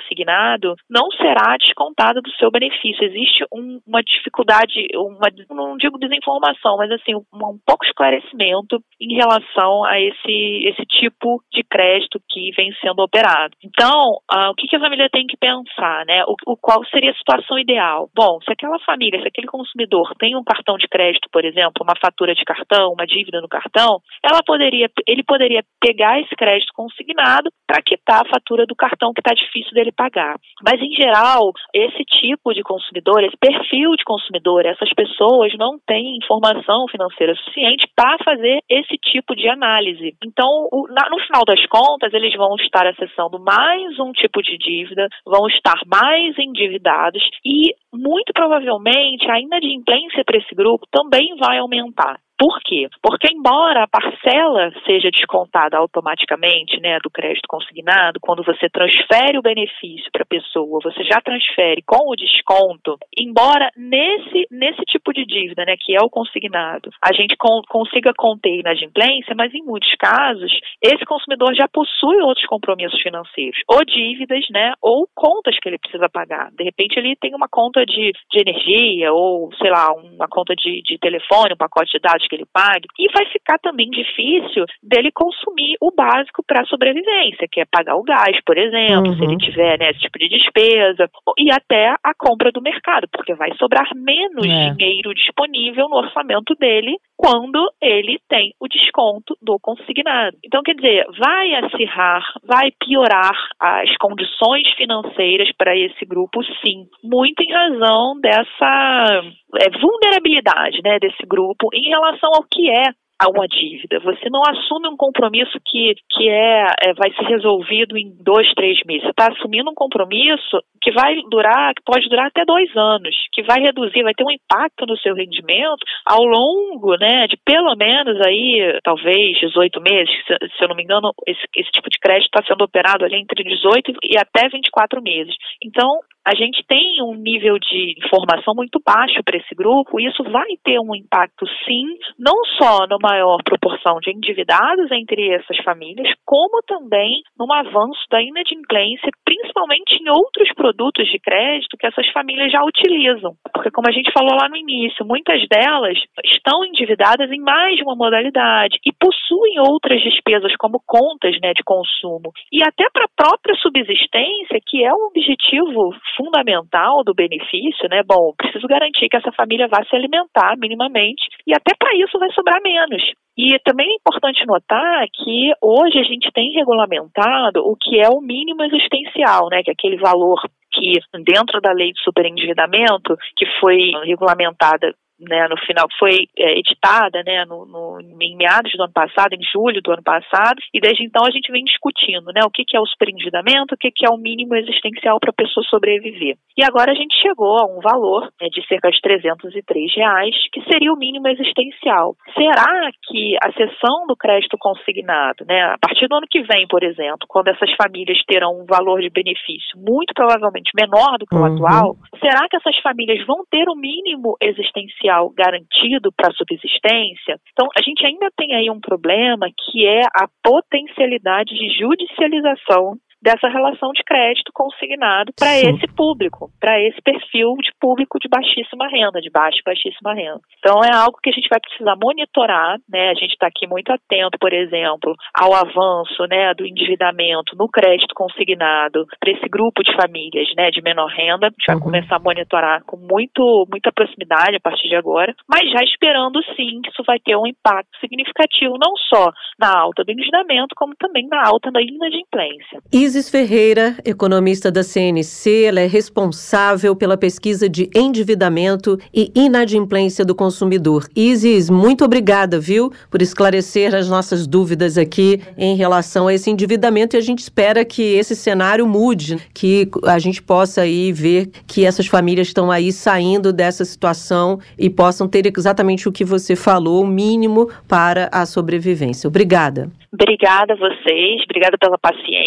consignado não será descontada do seu benefício. Existe um, uma dificuldade, uma, não digo desinformação, mas assim, um, um pouco esclarecimento em relação a esse, esse tipo de crédito que vem sendo operado. Então, uh, o que, que a família tem que pensar, né? O, o qual seria a situação ideal? Bom, se aquela família, se aquele consumidor tem um cartão de crédito, por exemplo, uma fatura de cartão, uma dívida no cartão, ela poderia, ele poderia pegar esse crédito consignado para quitar a fatura do cartão que está difícil dele pagar. Mas, em geral, esse tipo de consumidor, esse perfil de consumidor, essas pessoas não têm informação financeira suficiente para fazer esse tipo de análise. Então, o, na, no final das contas, eles vão estar acessando mais um tipo de dívida, vão estar mais endividados e, muito provavelmente, a inadimplência para esse grupo também vai aumentar. Por quê? Porque embora a parcela seja descontada automaticamente, né, do crédito consignado, quando você transfere o benefício para a pessoa, você já transfere com o desconto, embora nesse, nesse tipo de dívida, né, que é o consignado, a gente con- consiga conter inadimplência, mas em muitos casos, esse consumidor já possui outros compromissos financeiros, ou dívidas, né, ou contas que ele precisa pagar. De repente ele tem uma conta de, de energia, ou sei lá, uma conta de, de telefone, um pacote de dados que ele pague, e vai ficar também difícil dele consumir o básico para a sobrevivência, que é pagar o gás, por exemplo, uhum. se ele tiver, né, esse tipo de despesa, e até a compra do mercado, porque vai sobrar menos é. dinheiro disponível no orçamento dele quando ele tem o desconto do consignado. Então, quer dizer, vai acirrar, vai piorar as condições financeiras para esse grupo, sim, muito em razão dessa é, vulnerabilidade, né, desse grupo em relação ao que é a uma dívida. Você não assume um compromisso que, que é, é, vai ser resolvido em dois, três meses. Você está assumindo um compromisso que vai durar, que pode durar até dois anos, que vai reduzir, vai ter um impacto no seu rendimento ao longo, né, de pelo menos aí, talvez, dezoito meses. Se, se eu não me engano, esse, esse tipo de crédito está sendo operado ali entre dezoito e até vinte e quatro meses. Então, a gente tem um nível de informação muito baixo para esse grupo e isso vai ter um impacto, sim, não só numa maior proporção de endividados entre essas famílias, como também num avanço da inadimplência, principalmente em outros produtos de crédito que essas famílias já utilizam. Porque, como a gente falou lá no início, muitas delas estão endividadas em mais de uma modalidade e possuem outras despesas, como contas, né, de consumo. E até para a própria subsistência, que é um objetivo fundamental do benefício, né? Bom, preciso garantir que essa família vá se alimentar minimamente e até para isso vai sobrar menos. E também é importante notar que hoje a gente tem regulamentado o que é o mínimo existencial, né? Que é aquele valor que dentro da lei de superendividamento, que foi regulamentada, né, no final, foi é, editada, né, no, no, em meados do ano passado, em julho do ano passado, e desde então a gente vem discutindo, né, o que, que é o superendividamento, o que, que é o mínimo existencial para a pessoa sobreviver. E agora a gente chegou a um valor, né, de cerca de trezentos e três reais, que seria o mínimo existencial. Será que a cessão do crédito consignado, né, a partir do ano que vem, por exemplo, quando essas famílias terão um valor de benefício muito provavelmente menor do que o uhum. atual, será que essas famílias vão ter o mínimo existencial garantido para a subsistência? Então, a gente ainda tem aí um problema que é a potencialidade de judicialização dessa relação de crédito consignado para esse público, para esse perfil de público de baixíssima renda, de baixa e baixíssima renda. Então, é algo que a gente vai precisar monitorar, né? A gente está aqui muito atento, por exemplo, ao avanço, né, do endividamento no crédito consignado para esse grupo de famílias, né, de menor renda. A gente vai uhum. começar a monitorar com muito, muita proximidade a partir de agora, mas já esperando, sim, que isso vai ter um impacto significativo, não só na alta do endividamento, como também na alta da inadimplência. Isis Ferreira, economista da C N C, ela é responsável pela pesquisa de endividamento e inadimplência do consumidor. Isis, muito obrigada, viu, por esclarecer as nossas dúvidas aqui em relação a esse endividamento, e a gente espera que esse cenário mude, que a gente possa aí ver que essas famílias estão aí saindo dessa situação e possam ter exatamente o que você falou, o mínimo para a sobrevivência. Obrigada. Obrigada a vocês, obrigada pela paciência, uhum. né?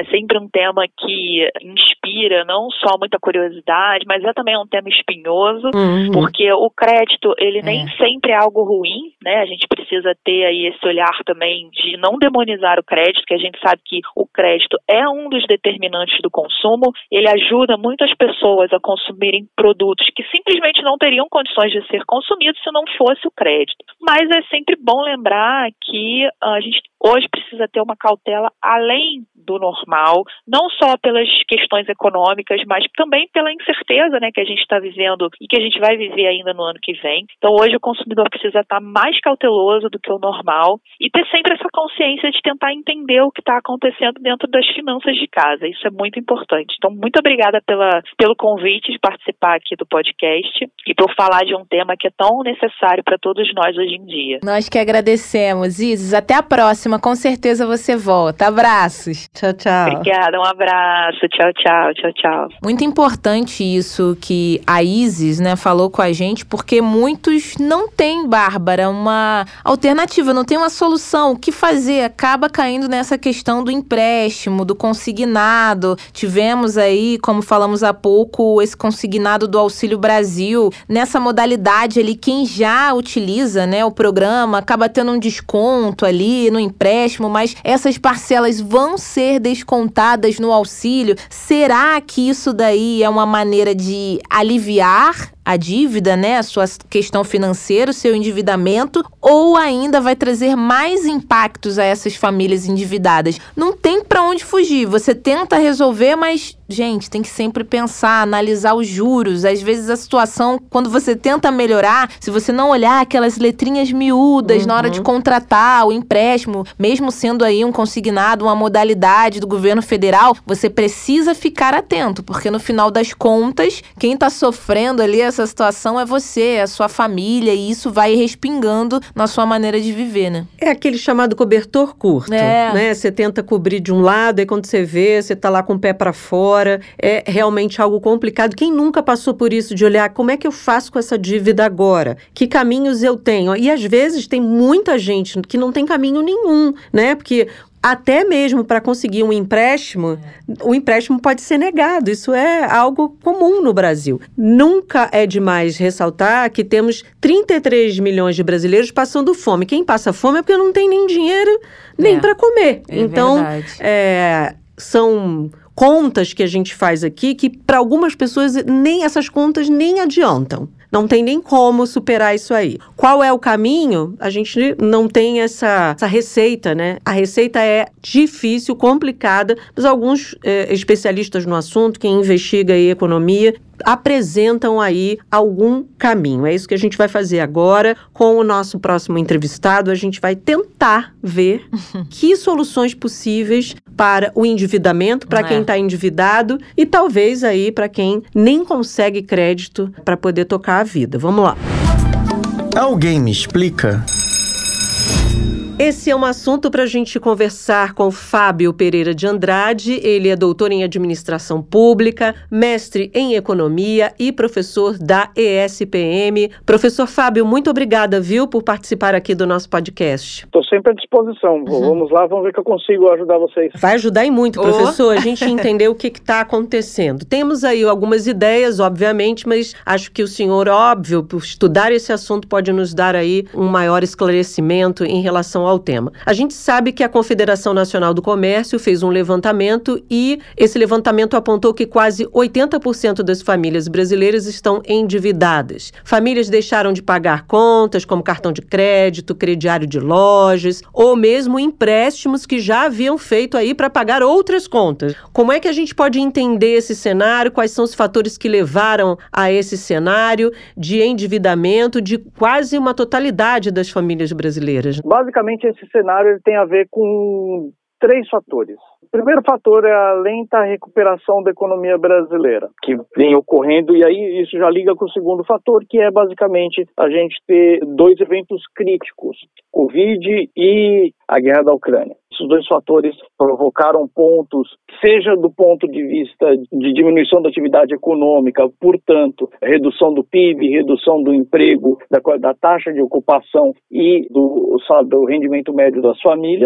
É sempre um tema que inspira não só muita curiosidade, mas é também um tema espinhoso, uhum. porque o crédito, ele é. nem sempre é algo ruim, né? A gente precisa ter aí esse olhar também de não demonizar o crédito, que a gente sabe que o crédito é um dos determinantes do consumo, ele ajuda muitas pessoas a consumirem produtos que simplesmente não teriam condições de ser consumidos se não fosse o crédito. Mas é sempre bom lembrar que a gente hoje precisa ter uma cautela além do normal, não só pelas questões econômicas, mas também pela incerteza, né, que a gente está vivendo e que a gente vai viver ainda no ano que vem. Então hoje o consumidor precisa estar mais cauteloso do que o normal e ter sempre essa consciência de tentar entender o que está acontecendo dentro das finanças de casa. Isso é muito importante. Então muito obrigada pela, pelo convite de participar aqui do podcast e por falar de um tema que é tão necessário para todos nós hoje em dia. Nós que agradecemos, Isis. Até a próxima. Com certeza você volta. Abraços. Tchau, tchau. Obrigada, um abraço. Tchau, tchau, tchau, tchau. Muito importante isso que a Isis, né, falou com a gente, porque muitos não têm, Bárbara, uma alternativa, não tem uma solução. O que fazer? Acaba caindo nessa questão do empréstimo, do consignado. Tivemos aí, como falamos há pouco, esse consignado do Auxílio Brasil. Nessa modalidade ali, quem já utiliza, né, o programa acaba tendo um desconto ali no empréstimo, mas essas parcelas vão ser descontadas no auxílio. Será que isso daí é uma maneira de aliviar a dívida, né, a sua questão financeira, o seu endividamento, ou ainda vai trazer mais impactos a essas famílias endividadas? Não tem para onde fugir. Você tenta resolver, mas, gente, tem que sempre pensar, analisar os juros. Às vezes a situação, quando você tenta melhorar, se você não olhar aquelas letrinhas miúdas uhum. na hora de contratar o empréstimo, mesmo sendo aí um consignado, uma modalidade do governo federal, você precisa ficar atento, porque no final das contas, quem está sofrendo ali essa situação é você, é a sua família, e isso vai respingando na sua maneira de viver, né? É aquele chamado cobertor curto, é. né? Você tenta cobrir de um lado, e quando você vê, você tá lá com o pé para fora. É realmente algo complicado. Quem nunca passou por isso de olhar como é que eu faço com essa dívida agora? Que caminhos eu tenho? E às vezes tem muita gente que não tem caminho nenhum, né? Porque até mesmo para conseguir um empréstimo, o empréstimo pode ser negado. Isso é algo comum no Brasil. Nunca é demais ressaltar que temos trinta e três milhões de brasileiros passando fome. Quem passa fome é porque não tem nem dinheiro nem é, para comer. É então, é, são contas que a gente faz aqui que para algumas pessoas nem essas contas nem adiantam. Não tem nem como superar isso aí. Qual é o caminho? A gente não tem essa, essa receita, né? A receita é difícil, complicada, mas alguns é, especialistas no assunto, quem investiga aí economia, apresentam aí algum caminho. É isso que a gente vai fazer agora com o nosso próximo entrevistado. A gente vai tentar ver que soluções possíveis para o endividamento, para quem está endividado e talvez aí para quem nem consegue crédito para poder tocar a vida. Vamos lá. Alguém me explica? Esse é um assunto para a gente conversar com Fábio Pereira de Andrade. Ele é doutor em administração pública, mestre em economia e professor da E S P M. Professor Fábio, muito obrigada, viu, por participar aqui do nosso podcast. Estou sempre à disposição. Uhum. Vamos lá, vamos ver que eu consigo ajudar vocês. Vai ajudar e muito, professor, oh. a gente entender o que está acontecendo. Temos aí algumas ideias, obviamente, mas acho que o senhor, óbvio, por estudar esse assunto, pode nos dar aí um maior esclarecimento em relação ao ao tema. A gente sabe que a Confederação Nacional do Comércio fez um levantamento e esse levantamento apontou que quase oitenta por cento das famílias brasileiras estão endividadas. Famílias deixaram de pagar contas como cartão de crédito, crediário de lojas ou mesmo empréstimos que já haviam feito aí para pagar outras contas. Como é que a gente pode entender esse cenário? Quais são os fatores que levaram a esse cenário de endividamento de quase uma totalidade das famílias brasileiras? Basicamente, esse cenário tem a ver com três fatores. O primeiro fator é a lenta recuperação da economia brasileira, que vem ocorrendo, e aí isso já liga com o segundo fator, que é basicamente a gente ter dois eventos críticos, Covid e a guerra da Ucrânia. Esses dois fatores provocaram pontos, seja do ponto de vista de diminuição da atividade econômica, portanto, redução do P I B, redução do emprego, da, da taxa de ocupação e do, sabe, do rendimento médio das famílias,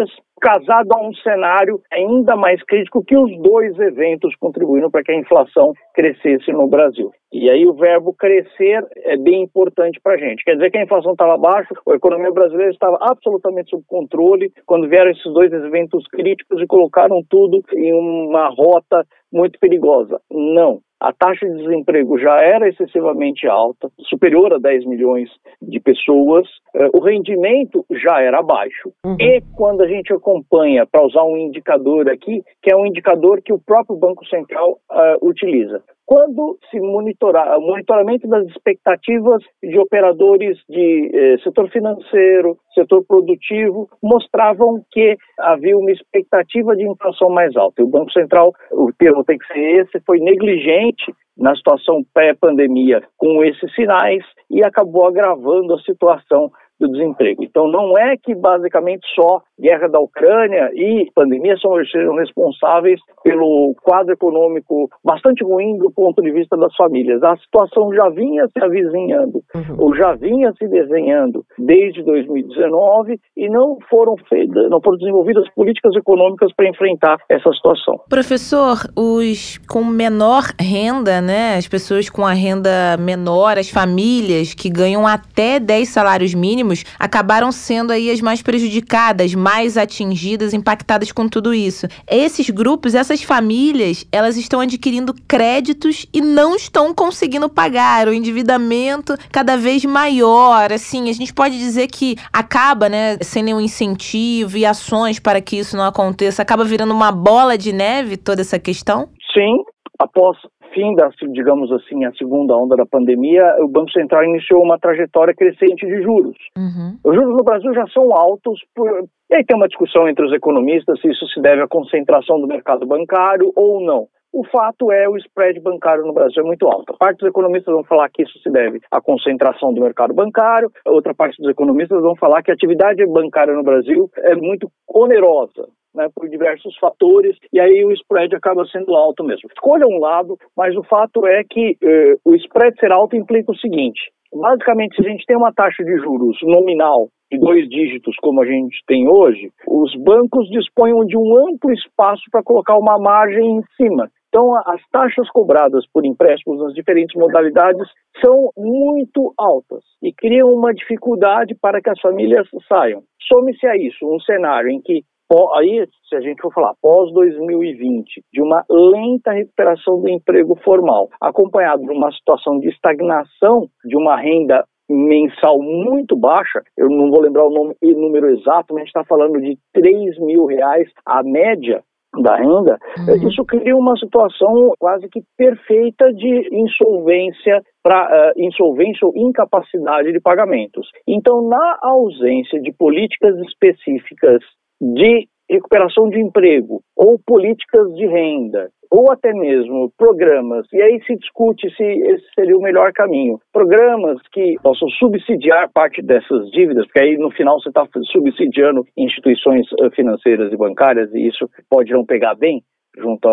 casado a um cenário ainda mais crítico que os dois eventos contribuíram para que a inflação crescesse no Brasil. E aí o verbo crescer é bem importante para a gente. Quer dizer que a inflação estava baixa, a economia brasileira estava absolutamente sob controle quando vieram esses dois eventos críticos e colocaram tudo em uma rota muito perigosa. Não. A taxa de desemprego já era excessivamente alta, superior a dez milhões de pessoas, o rendimento já era baixo. Uhum. E quando a gente acompanha, para usar um indicador aqui, que é um indicador que o próprio Banco Central uh, utiliza, quando se monitorar, o monitoramento das expectativas de operadores de eh, setor financeiro, setor produtivo, mostravam que havia uma expectativa de inflação mais alta. E o Banco Central, o termo tem que ser esse, foi negligente na situação pré-pandemia com esses sinais e acabou agravando a situação do desemprego. Então não é que basicamente só guerra da Ucrânia e pandemia são, sejam responsáveis pelo quadro econômico bastante ruim do ponto de vista das famílias. A situação já vinha se avizinhando, uhum. ou já vinha se desenhando desde dois mil e dezenove e não foram feitas, não foram desenvolvidas políticas econômicas para enfrentar essa situação. Professor, os com menor renda, né, as pessoas com a renda menor, as famílias que ganham até dez salários mínimos, acabaram sendo aí as mais prejudicadas, mais atingidas, impactadas com tudo isso. Esses grupos, essas famílias, elas estão adquirindo créditos e não estão conseguindo pagar, o endividamento cada vez maior. Assim, a gente pode dizer que acaba, né, sem nenhum incentivo e ações para que isso não aconteça, acaba virando uma bola de neve toda essa questão? Sim, após fim da, digamos assim, a segunda onda da pandemia, o Banco Central iniciou uma trajetória crescente de juros. Uhum. Os juros no Brasil já são altos, por... e aí tem uma discussão entre os economistas se isso se deve à concentração do mercado bancário ou não. O fato é o spread bancário no Brasil é muito alto. A parte dos economistas vão falar que isso se deve à concentração do mercado bancário, a outra parte dos economistas vão falar que a atividade bancária no Brasil é muito onerosa, né, por diversos fatores, e aí o spread acaba sendo alto mesmo. Escolha um lado, mas o fato é que eh, o spread ser alto implica o seguinte: basicamente, se a gente tem uma taxa de juros nominal de dois dígitos, como a gente tem hoje, os bancos dispõem de um amplo espaço para colocar uma margem em cima. Então, as taxas cobradas por empréstimos nas diferentes modalidades são muito altas e criam uma dificuldade para que as famílias saiam. Some-se a isso um cenário em que, aí, se a gente for falar pós dois mil e vinte, de uma lenta recuperação do emprego formal, acompanhado de uma situação de estagnação de uma renda mensal muito baixa, eu não vou lembrar o nome, o número exato, mas a gente está falando de três mil reais a média da renda, uhum. Isso cria uma situação quase que perfeita de insolvência para uh, insolvência ou incapacidade de pagamentos. Então, na ausência de políticas específicas de recuperação de emprego, ou políticas de renda, ou até mesmo programas, e aí se discute se esse seria o melhor caminho. Programas que possam subsidiar parte dessas dívidas, porque aí no final você está subsidiando instituições financeiras e bancárias, e isso pode não pegar bem junto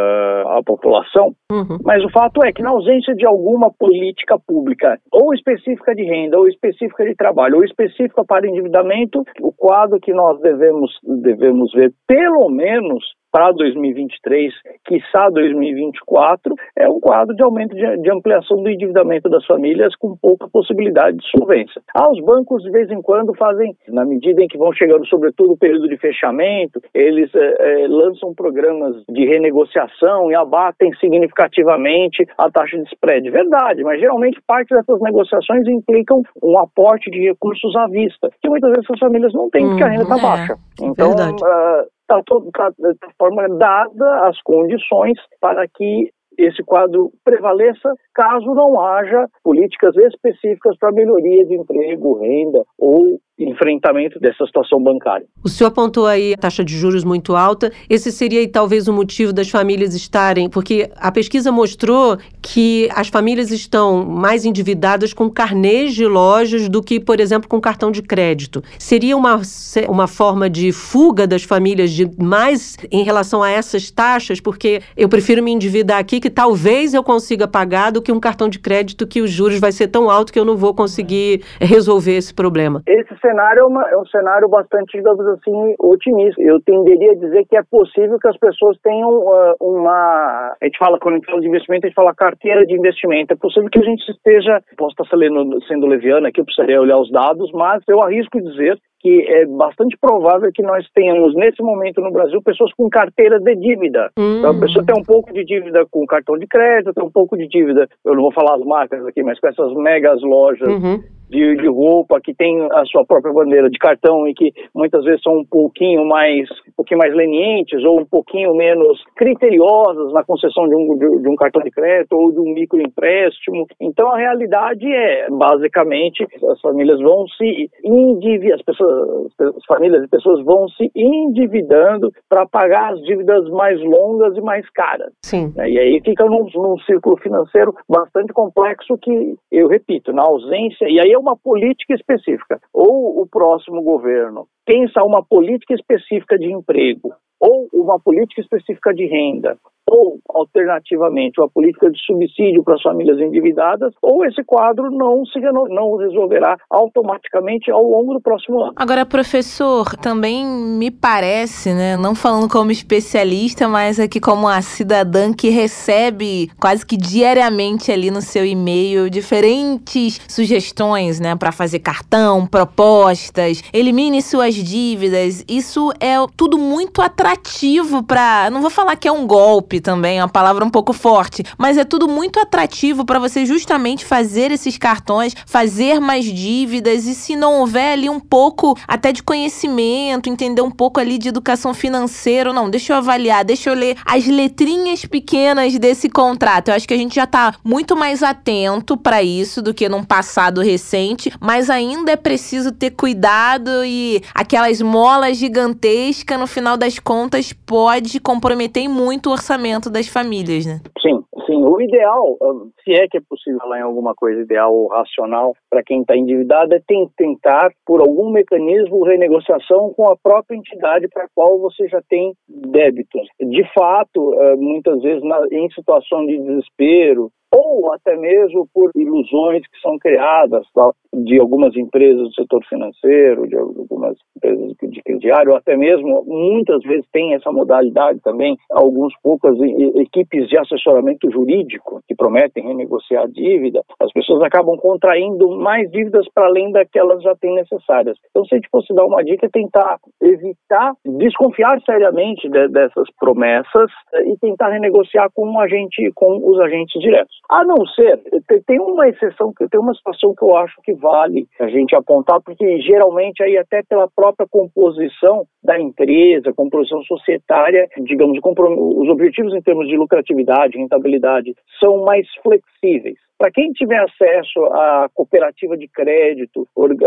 à população, uhum. Mas o fato é que na ausência de alguma política pública, ou específica de renda, ou específica de trabalho, ou específica para endividamento, o quadro que nós devemos, devemos ver, pelo menos para dois mil e vinte e três, quiçá dois mil e vinte e quatro, é um quadro de aumento de, de ampliação do endividamento das famílias com pouca possibilidade de solvência. Ah, os bancos de vez em quando fazem, na medida em que vão chegando sobretudo o período de fechamento, eles é, é, lançam programas de renegociação e abatem significativamente a taxa de spread. Verdade, mas geralmente parte dessas negociações implicam um aporte de recursos à vista, que muitas vezes as famílias não têm, porque a renda está é, baixa. Então, está tá, de forma dada as condições para que esse quadro prevaleça, caso não haja políticas específicas para melhoria de emprego, renda ou enfrentamento dessa situação bancária. O senhor apontou aí a taxa de juros muito alta. Esse seria aí, talvez o motivo das famílias estarem, porque a pesquisa mostrou que as famílias estão mais endividadas com carnês de lojas do que, por exemplo, com cartão de crédito. Seria uma, uma forma de fuga das famílias de mais em relação a essas taxas, porque eu prefiro me endividar aqui que talvez eu consiga pagar do que um cartão de crédito que os juros vai ser tão alto que eu não vou conseguir resolver esse problema. Esse cenário é, uma, é um cenário bastante, digamos assim, otimista. Eu tenderia a dizer que é possível que as pessoas tenham uh, uma... A gente fala, quando a gente fala de investimento, a gente fala carteira de investimento. É possível que a gente esteja... Posso estar sendo, sendo leviano aqui, eu precisaria olhar os dados, mas eu arrisco dizer que é bastante provável que nós tenhamos, nesse momento no Brasil, pessoas com carteira de dívida. Hum. Então, a pessoa tem um pouco de dívida com cartão de crédito, tem um pouco de dívida, eu não vou falar as marcas aqui, mas com essas megas lojas uhum. de, de roupa que tem a sua própria bandeira de cartão e que muitas vezes são um pouquinho mais, um pouquinho mais lenientes ou um pouquinho menos criteriosas na concessão de um, de, de um cartão de crédito ou de um microempréstimo. Então, a realidade é, basicamente, as famílias vão se endividar, as pessoas as famílias e pessoas vão se endividando para pagar as dívidas mais longas e mais caras. Sim. E aí fica num, num círculo financeiro bastante complexo que, eu repito, na ausência, e aí é uma política específica. Ou o próximo governo pensa uma política específica de emprego, ou uma política específica de renda, ou, alternativamente, uma política de subsídio para as famílias endividadas, ou esse quadro não se não resolverá automaticamente ao longo do próximo ano. Agora, professor, também me parece, né, não falando como especialista, mas aqui como a cidadã que recebe quase que diariamente ali no seu e-mail diferentes sugestões, né, para fazer cartão, propostas, elimine suas dívidas. Isso é tudo muito atrativo para, não vou falar que é um golpe também, é uma palavra um pouco forte, mas é tudo muito atrativo para você justamente fazer esses cartões, fazer mais dívidas, e se não houver ali um pouco até de conhecimento, entender um pouco ali de educação financeira, não, deixa eu avaliar, deixa eu ler as letrinhas pequenas desse contrato. Eu acho que a gente já tá muito mais atento para isso do que num passado recente, mas ainda é preciso ter cuidado, e aquela esmola gigantesca, no final das contas, pode comprometer muito o orçamento das famílias, né? Sim, sim. O ideal, se é que é possível falar em alguma coisa ideal ou racional para quem está endividado, é tentar, por algum mecanismo, renegociação com a própria entidade para a qual você já tem débitos. De fato, muitas vezes em situação de desespero, ou até mesmo por ilusões que são criadas tá, de algumas empresas do setor financeiro, de algumas empresas de crediário, ou até mesmo, muitas vezes tem essa modalidade também, algumas poucas equipes de assessoramento jurídico que prometem renegociar a dívida, as pessoas acabam contraindo mais dívidas para além daquelas já têm necessárias. Então, se a gente fosse dar uma dica, é tentar evitar, desconfiar seriamente de, dessas promessas e tentar renegociar com um agente, com os agentes diretos. A não ser, tem uma exceção, tem uma situação que eu acho que vale a gente apontar, porque geralmente aí até pela própria composição da empresa, composição societária, digamos, os objetivos em termos de lucratividade, rentabilidade, são mais flexíveis. Para quem tiver acesso à cooperativa de crédito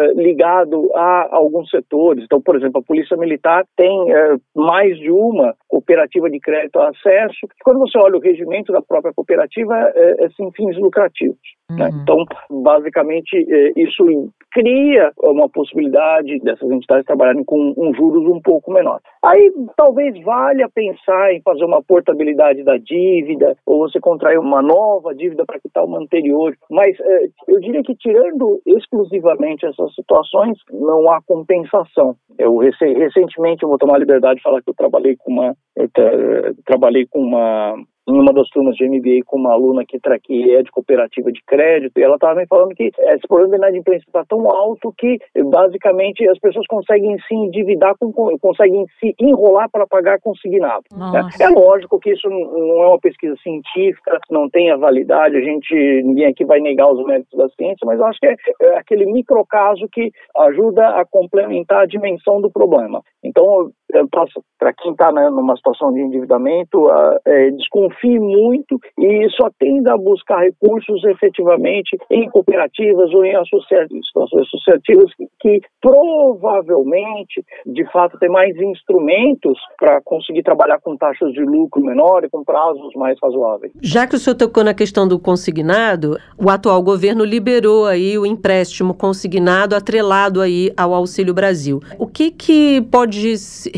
ligado a alguns setores, então, por exemplo, a Polícia Militar tem é, mais de uma cooperativa de crédito a acesso, quando você olha o regimento da própria cooperativa, é, é sem fins lucrativos. Uhum. Né? Então, basicamente, é, isso cria uma possibilidade dessas entidades trabalharem com um juros um pouco menor. Aí, talvez valha pensar em fazer uma portabilidade da dívida, ou você contrair uma nova dívida para quitar uma anterior, mas é, eu diria que tirando exclusivamente essas situações, não há compensação. Eu recentemente, eu vou tomar a liberdade de falar que eu trabalhei com uma, eu tra- trabalhei com uma em uma das turmas de M B A com uma aluna que, tra- que é de cooperativa de crédito, e ela estava me falando que esse problema de inadimplência está tão alto que, basicamente, as pessoas conseguem se endividar, com, conseguem se enrolar para pagar consignado. Né? É lógico que isso não é uma pesquisa científica, não tem a validade, a gente, ninguém aqui vai negar os méritos da ciência, mas eu acho que é, é aquele microcaso que ajuda a complementar a dimensão do problema. Então, para quem está, né, numa situação de endividamento, é, desconfie muito e só tenda a buscar recursos efetivamente em cooperativas ou em associativas, associativas que, que provavelmente, de fato, tem mais instrumentos para conseguir trabalhar com taxas de lucro menor e com prazos mais razoáveis. Já que o senhor tocou na questão do consignado, o atual governo liberou aí o empréstimo consignado atrelado aí ao Auxílio Brasil. O que que pode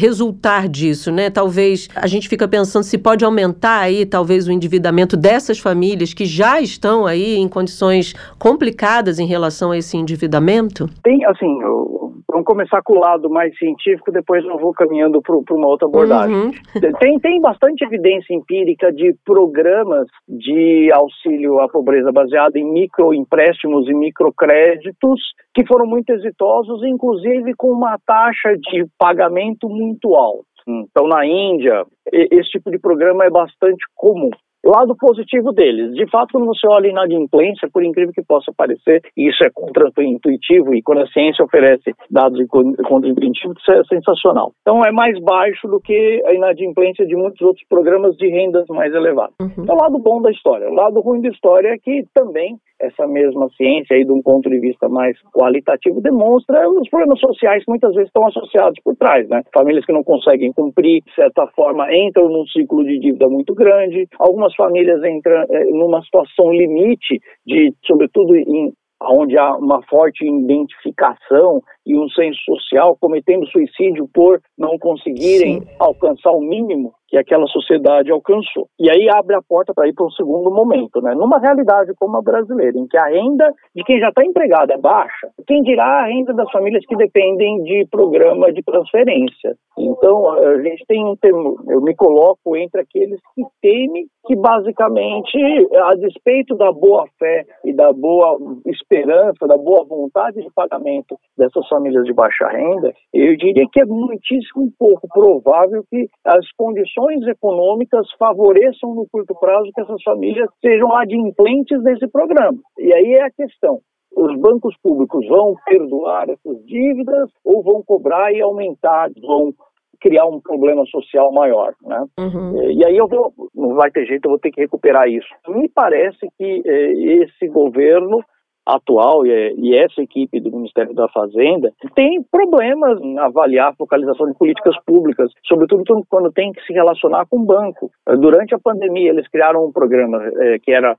resultar disso, né? Talvez a gente fica pensando se pode aumentar aí, talvez, o endividamento dessas famílias que já estão aí em condições complicadas em relação a esse endividamento? Tem, assim, eu, vamos começar com o lado mais científico, depois eu vou caminhando para uma outra abordagem. Uhum. Tem, tem bastante evidência empírica de programas de auxílio à pobreza baseado em microempréstimos e microcréditos que foram muito exitosos, inclusive com uma taxa de pagamento muito alta. Então, na Índia, esse tipo de programa é bastante comum. Lado positivo deles, de fato, quando você olha a inadimplência, por incrível que possa parecer, e isso é contra-intuitivo, e quando a ciência oferece dados contra-intuitivos, isso é sensacional. Então é mais baixo do que a inadimplência de muitos outros programas de rendas mais elevadas. Uhum. É o lado bom da história. O lado ruim da história é que também essa mesma ciência, aí, de um ponto de vista mais qualitativo, demonstra os problemas sociais que muitas vezes estão associados por trás, né? Famílias que não conseguem cumprir, de certa forma, entram num ciclo de dívida muito grande. Algumas famílias entram é, numa situação limite, de, sobretudo em onde há uma forte identificação e um senso social, cometendo suicídio por não conseguirem Sim. alcançar o mínimo que aquela sociedade alcançou. E aí abre a porta para ir para um segundo momento, né? Numa realidade como a brasileira, em que a renda de quem já está empregado é baixa, quem dirá a renda das famílias que dependem de programa de transferência. Então, a gente tem um termo, eu me coloco entre aqueles que temem que, basicamente, a despeito da boa-fé e da boa esperança, da boa vontade de pagamento dessas famílias de baixa renda, eu diria que é muitíssimo pouco provável que as condições econômicas favoreçam no curto prazo que essas famílias sejam adimplentes desse programa. E aí é a questão. Os bancos públicos vão perdoar essas dívidas ou vão cobrar e aumentar, vão criar um problema social maior, né? Uhum. E aí eu vou, não vai ter jeito, eu vou ter que recuperar isso. Me parece que eh, esse governo atual e, e essa equipe do Ministério da Fazenda tem problemas em avaliar a focalização de políticas públicas, sobretudo quando tem que se relacionar com o banco. Durante a pandemia, eles criaram um programa é, que era,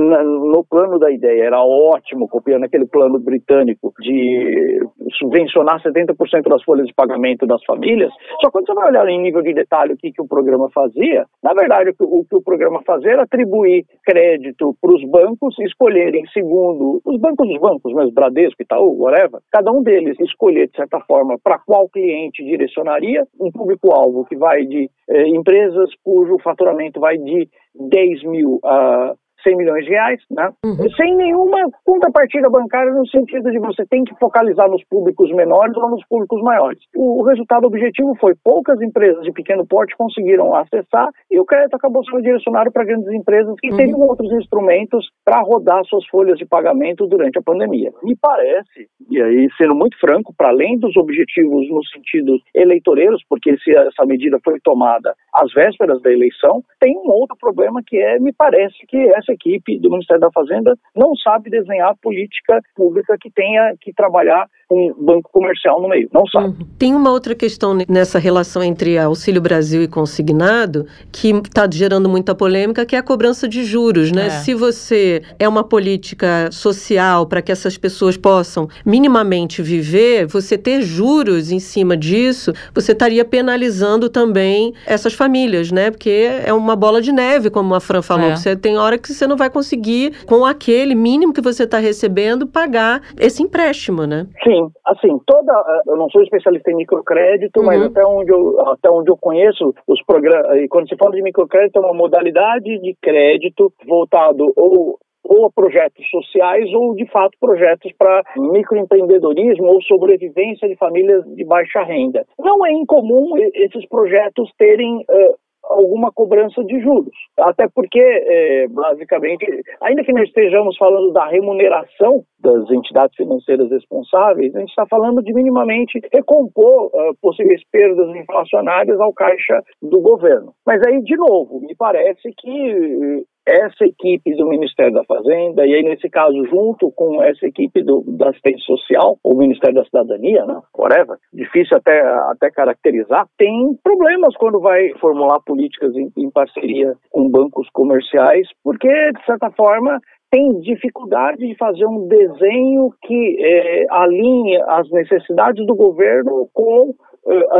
no plano da ideia, era ótimo, copiando aquele plano britânico de subvencionar setenta por cento das folhas de pagamento das famílias. Só que quando você vai olhar em nível de detalhe o que, que o programa fazia, na verdade, o que o, que o programa fazia era atribuir crédito para os bancos escolherem segundo os bancos dos bancos, mas Bradesco, Itaú, whatever, cada um deles escolher, de certa forma, para qual cliente direcionaria, um público-alvo que vai de eh, empresas cujo faturamento vai de dez mil a cem milhões de reais, né? Uhum. Sem nenhuma contrapartida bancária no sentido de você tem que focalizar nos públicos menores ou nos públicos maiores. O resultado objetivo foi poucas empresas de pequeno porte conseguiram acessar e o crédito acabou sendo direcionado para grandes empresas que uhum. teriam outros instrumentos para rodar suas folhas de pagamento durante a pandemia. Me parece, e aí sendo muito franco, para além dos objetivos no sentido eleitoreiros, porque se essa medida foi tomada às vésperas da eleição, tem um outro problema que é, me parece que essa equipe do Ministério da Fazenda não sabe desenhar política pública que tenha que trabalhar com banco comercial no meio, não sabe. Uhum. Tem uma outra questão nessa relação entre Auxílio Brasil e consignado que está gerando muita polêmica, que é a cobrança de juros, né? É. Se você é uma política social para que essas pessoas possam minimamente viver, você ter juros em cima disso, você estaria penalizando também essas famílias, né? Porque é uma bola de neve, como a Fran falou. É. Você tem hora que você não vai conseguir, com aquele mínimo que você está recebendo, pagar esse empréstimo, né? Sim, assim, toda, eu não sou especialista em microcrédito, uhum. mas até onde, eu, até onde eu conheço os programas, e quando se fala de microcrédito, é uma modalidade de crédito voltado ou ou a projetos sociais ou, de fato, projetos para microempreendedorismo ou sobrevivência de famílias de baixa renda. Não é incomum esses projetos terem uh, alguma cobrança de juros, até porque, é, basicamente, ainda que não estejamos falando da remuneração das entidades financeiras responsáveis, a gente está falando de minimamente recompor uh, possíveis perdas inflacionárias ao caixa do governo. Mas aí, de novo, me parece que uh, essa equipe do Ministério da Fazenda, e aí nesse caso junto com essa equipe do, da assistência social, ou Ministério da Cidadania, né, whatever, difícil até, até caracterizar, tem problemas quando vai formular políticas em, em parceria com bancos comerciais, porque, de certa forma, tem dificuldade de fazer um desenho que é, alinhe as necessidades do governo com é, as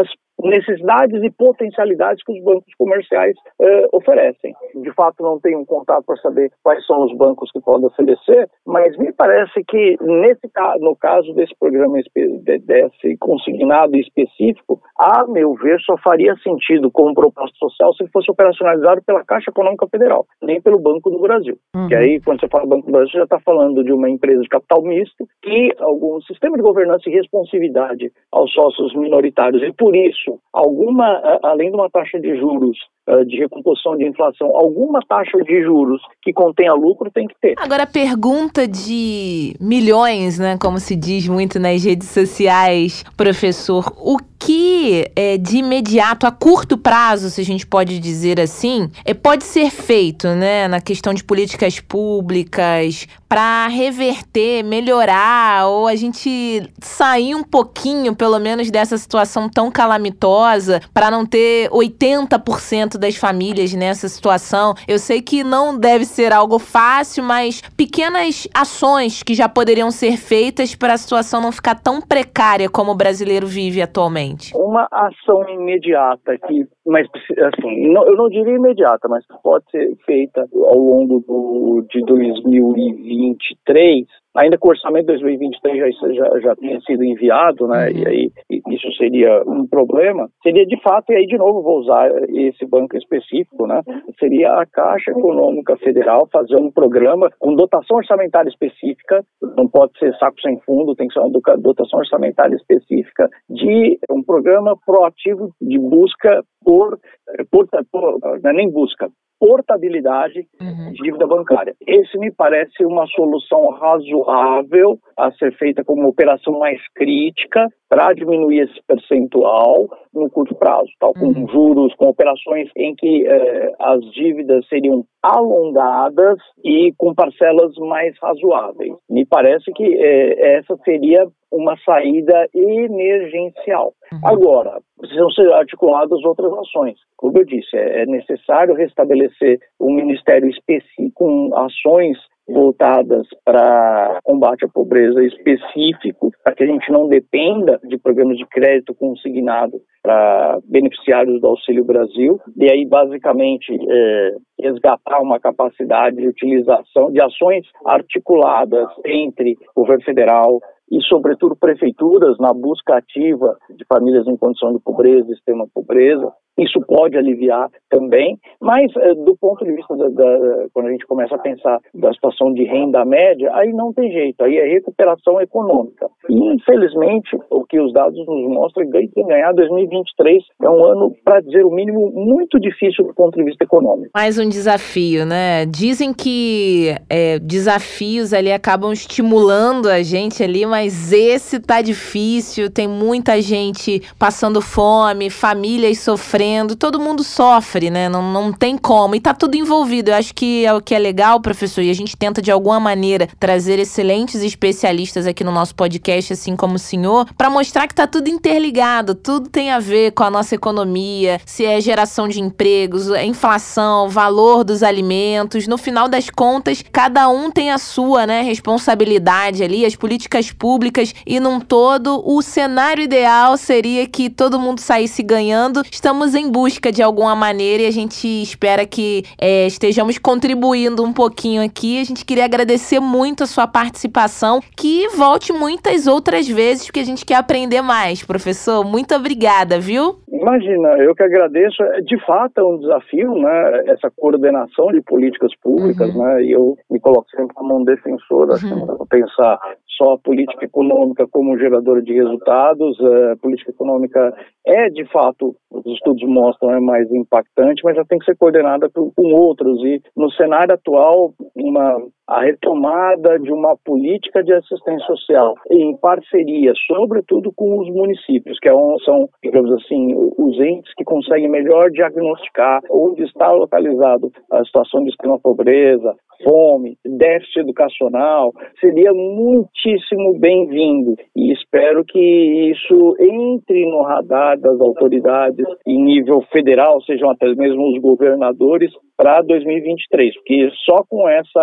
necessidades e potencialidades que os bancos comerciais uh, oferecem. De fato, não tenho um contato para saber quais são os bancos que podem oferecer, mas me parece que nesse, no caso desse programa, desse consignado específico, a meu ver, só faria sentido como proposta social se ele fosse operacionalizado pela Caixa Econômica Federal, nem pelo Banco do Brasil. Uhum. Que aí, quando você fala Banco do Brasil, você já está falando de uma empresa de capital misto e algum sistema de governança e responsividade aos sócios minoritários. E por isso, alguma, além de uma taxa de juros de recomposição de inflação, alguma taxa de juros que contenha lucro tem que ter. Agora, a pergunta de milhões, né, como se diz muito nas redes sociais, professor, o que é, de imediato, a curto prazo, se a gente pode dizer assim, é, pode ser feito, né, na questão de políticas públicas para reverter, melhorar, ou a gente sair um pouquinho, pelo menos, dessa situação tão calamitosa, para não ter oitenta por cento das famílias nessa situação? Eu sei que não deve ser algo fácil, mas pequenas ações que já poderiam ser feitas para a situação não ficar tão precária como o brasileiro vive atualmente. Uma ação imediata que, mas assim, não, eu não diria imediata, mas pode ser feita ao longo do, de dois mil e vinte e três, ainda que o orçamento de dois mil e vinte e três já, já, já tenha sido enviado, né, uhum. e aí isso seria um problema, seria de fato, e aí de novo vou usar esse banco específico, né, seria a Caixa Econômica Federal fazer um programa com dotação orçamentária específica, não pode ser saco sem fundo, tem que ser uma dotação orçamentária específica de um programa proativo de busca por, por, por não é nem busca, portabilidade uhum. de dívida bancária. Esse me parece uma solução razoável a ser feita como uma operação mais crítica para diminuir esse percentual no curto prazo, tal, com uhum. juros, com operações em que eh, as dívidas seriam alongadas e com parcelas mais razoáveis. Me parece que eh, essa seria uma saída emergencial. Uhum. Agora, precisam ser articuladas outras ações. Como eu disse, é necessário restabelecer um ministério específico com ações voltadas para combate à pobreza específico, para que a gente não dependa de programas de crédito consignado para beneficiários do Auxílio Brasil, e aí basicamente é, resgatar uma capacidade de utilização de ações articuladas entre o governo federal e, sobretudo, prefeituras na busca ativa de famílias em condição de pobreza, extrema pobreza. Isso pode aliviar também, mas do ponto de vista da, da, quando a gente começa a pensar da situação de renda média, aí não tem jeito, aí é recuperação econômica. E, infelizmente, o que os dados nos mostram é que ganhar dois mil e vinte e três é um ano, para dizer o mínimo, muito difícil do ponto de vista econômico. Mais um desafio, né? Dizem que é, desafios ali acabam estimulando a gente ali, mas esse tá difícil, tem muita gente passando fome, famílias sofrendo, todo mundo sofre, né? Não, não tem como. E tá tudo envolvido. Eu acho que é o que é legal, professor, e a gente tenta de alguma maneira trazer excelentes especialistas aqui no nosso podcast, assim como o senhor, para mostrar que tá tudo interligado, tudo tem a ver com a nossa economia, se é geração de empregos, a inflação, valor dos alimentos. No final das contas, cada um tem a sua, né, responsabilidade ali, as políticas públicas, e num todo, o cenário ideal seria que todo mundo saísse ganhando. Estamos em busca de alguma maneira e a gente espera que é, estejamos contribuindo um pouquinho aqui. A gente queria agradecer muito a sua participação, que volte muitas outras vezes, porque a gente quer aprender mais. Professor, muito obrigada, viu? Imagina, eu que agradeço. De fato é um desafio, né, essa coordenação de políticas públicas, uhum. né, e eu me coloco sempre como um defensor, uhum. acho que não dá para pensar só a política econômica como geradora de resultados. A política econômica é, de fato, os estudos mostram, é mais impactante, mas já tem que ser coordenada com, com outros. E no cenário atual, uma, a retomada de uma política de assistência social em parceria, sobretudo com os municípios, que é um, são, digamos assim, os entes que conseguem melhor diagnosticar onde está localizado a situação de extrema pobreza, fome, déficit educacional, seria muitíssimo bem-vindo. E espero que isso entre no radar das autoridades em nível federal, sejam até mesmo os governadores, para dois mil e vinte e três, porque só com essa eh,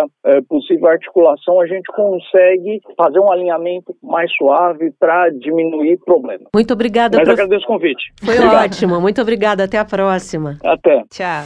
possível articulação, a gente consegue fazer um alinhamento mais suave para diminuir problemas. Muito obrigada. Mas prof... agradeço o convite. Foi Obrigado. Ótimo. Muito obrigada. Até a próxima. Até. Tchau.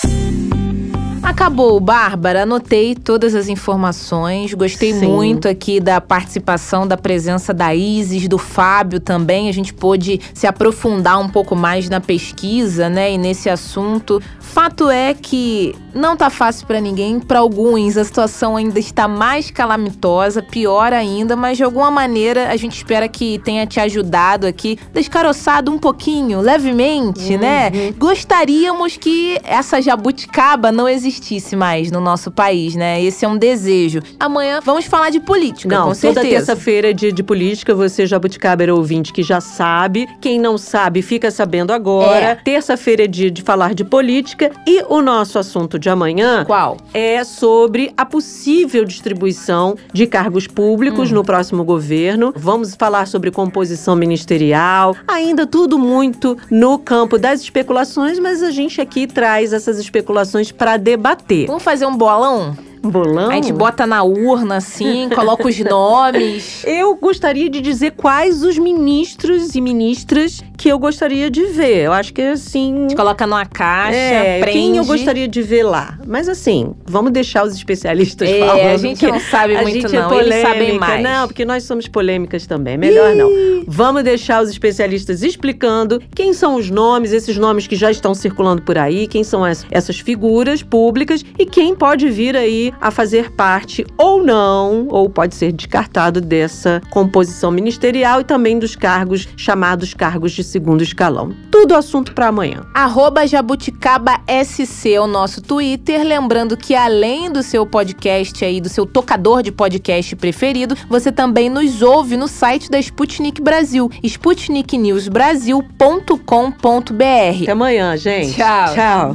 Acabou, Bárbara. Anotei todas as informações. Gostei Sim. muito aqui da participação, da presença da Isis, do Fábio também. A gente pôde se aprofundar um pouco mais na pesquisa, né, e nesse assunto. Fato é que não tá fácil para ninguém. Para alguns, a situação ainda está mais calamitosa, pior ainda, mas de alguma maneira a gente espera que tenha te ajudado aqui, descaroçado um pouquinho, levemente, uhum. né? Gostaríamos que essa jabuticaba não existisse mais no nosso país, né? Esse é um desejo. Amanhã vamos falar de política, não, com certeza. Toda terça-feira é dia de política, você jabuticabeira ouvinte que já sabe. Quem não sabe, fica sabendo agora. É. Terça-feira é dia de falar de política. E o nosso assunto de amanhã Qual? é sobre a possível distribuição de cargos públicos hum. no próximo governo. Vamos falar sobre composição ministerial, ainda tudo muito no campo das especulações, mas a gente aqui traz essas especulações para debater. Vamos fazer um bolão? Bolão? A gente bota na urna, assim, coloca os nomes. Eu gostaria de dizer quais os ministros e ministras que eu gostaria de ver. Eu acho que, assim... A gente coloca numa caixa, é, prende. Quem eu gostaria de ver lá. Mas, assim, vamos deixar os especialistas é, falando. É, a gente não sabe a muito, gente não. É polêmica. Eles sabem mais. Não, porque nós somos polêmicas também. Melhor Ih. não. Vamos deixar os especialistas explicando quem são os nomes, esses nomes que já estão circulando por aí, quem são as, essas figuras públicas e quem pode vir aí a fazer parte ou não, ou pode ser descartado dessa composição ministerial e também dos cargos chamados cargos de segundo escalão. Tudo assunto para amanhã. Arroba Jabuticaba S C é o nosso Twitter. Lembrando que além do seu podcast aí, do seu tocador de podcast preferido, você também nos ouve no site da Sputnik Brasil, sputnik news brasil ponto com ponto b r. Até amanhã, gente. Tchau. Tchau.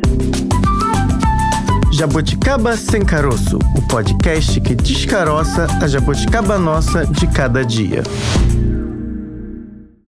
Jabuticaba Sem Caroço, o podcast que descaroça a jabuticaba nossa de cada dia.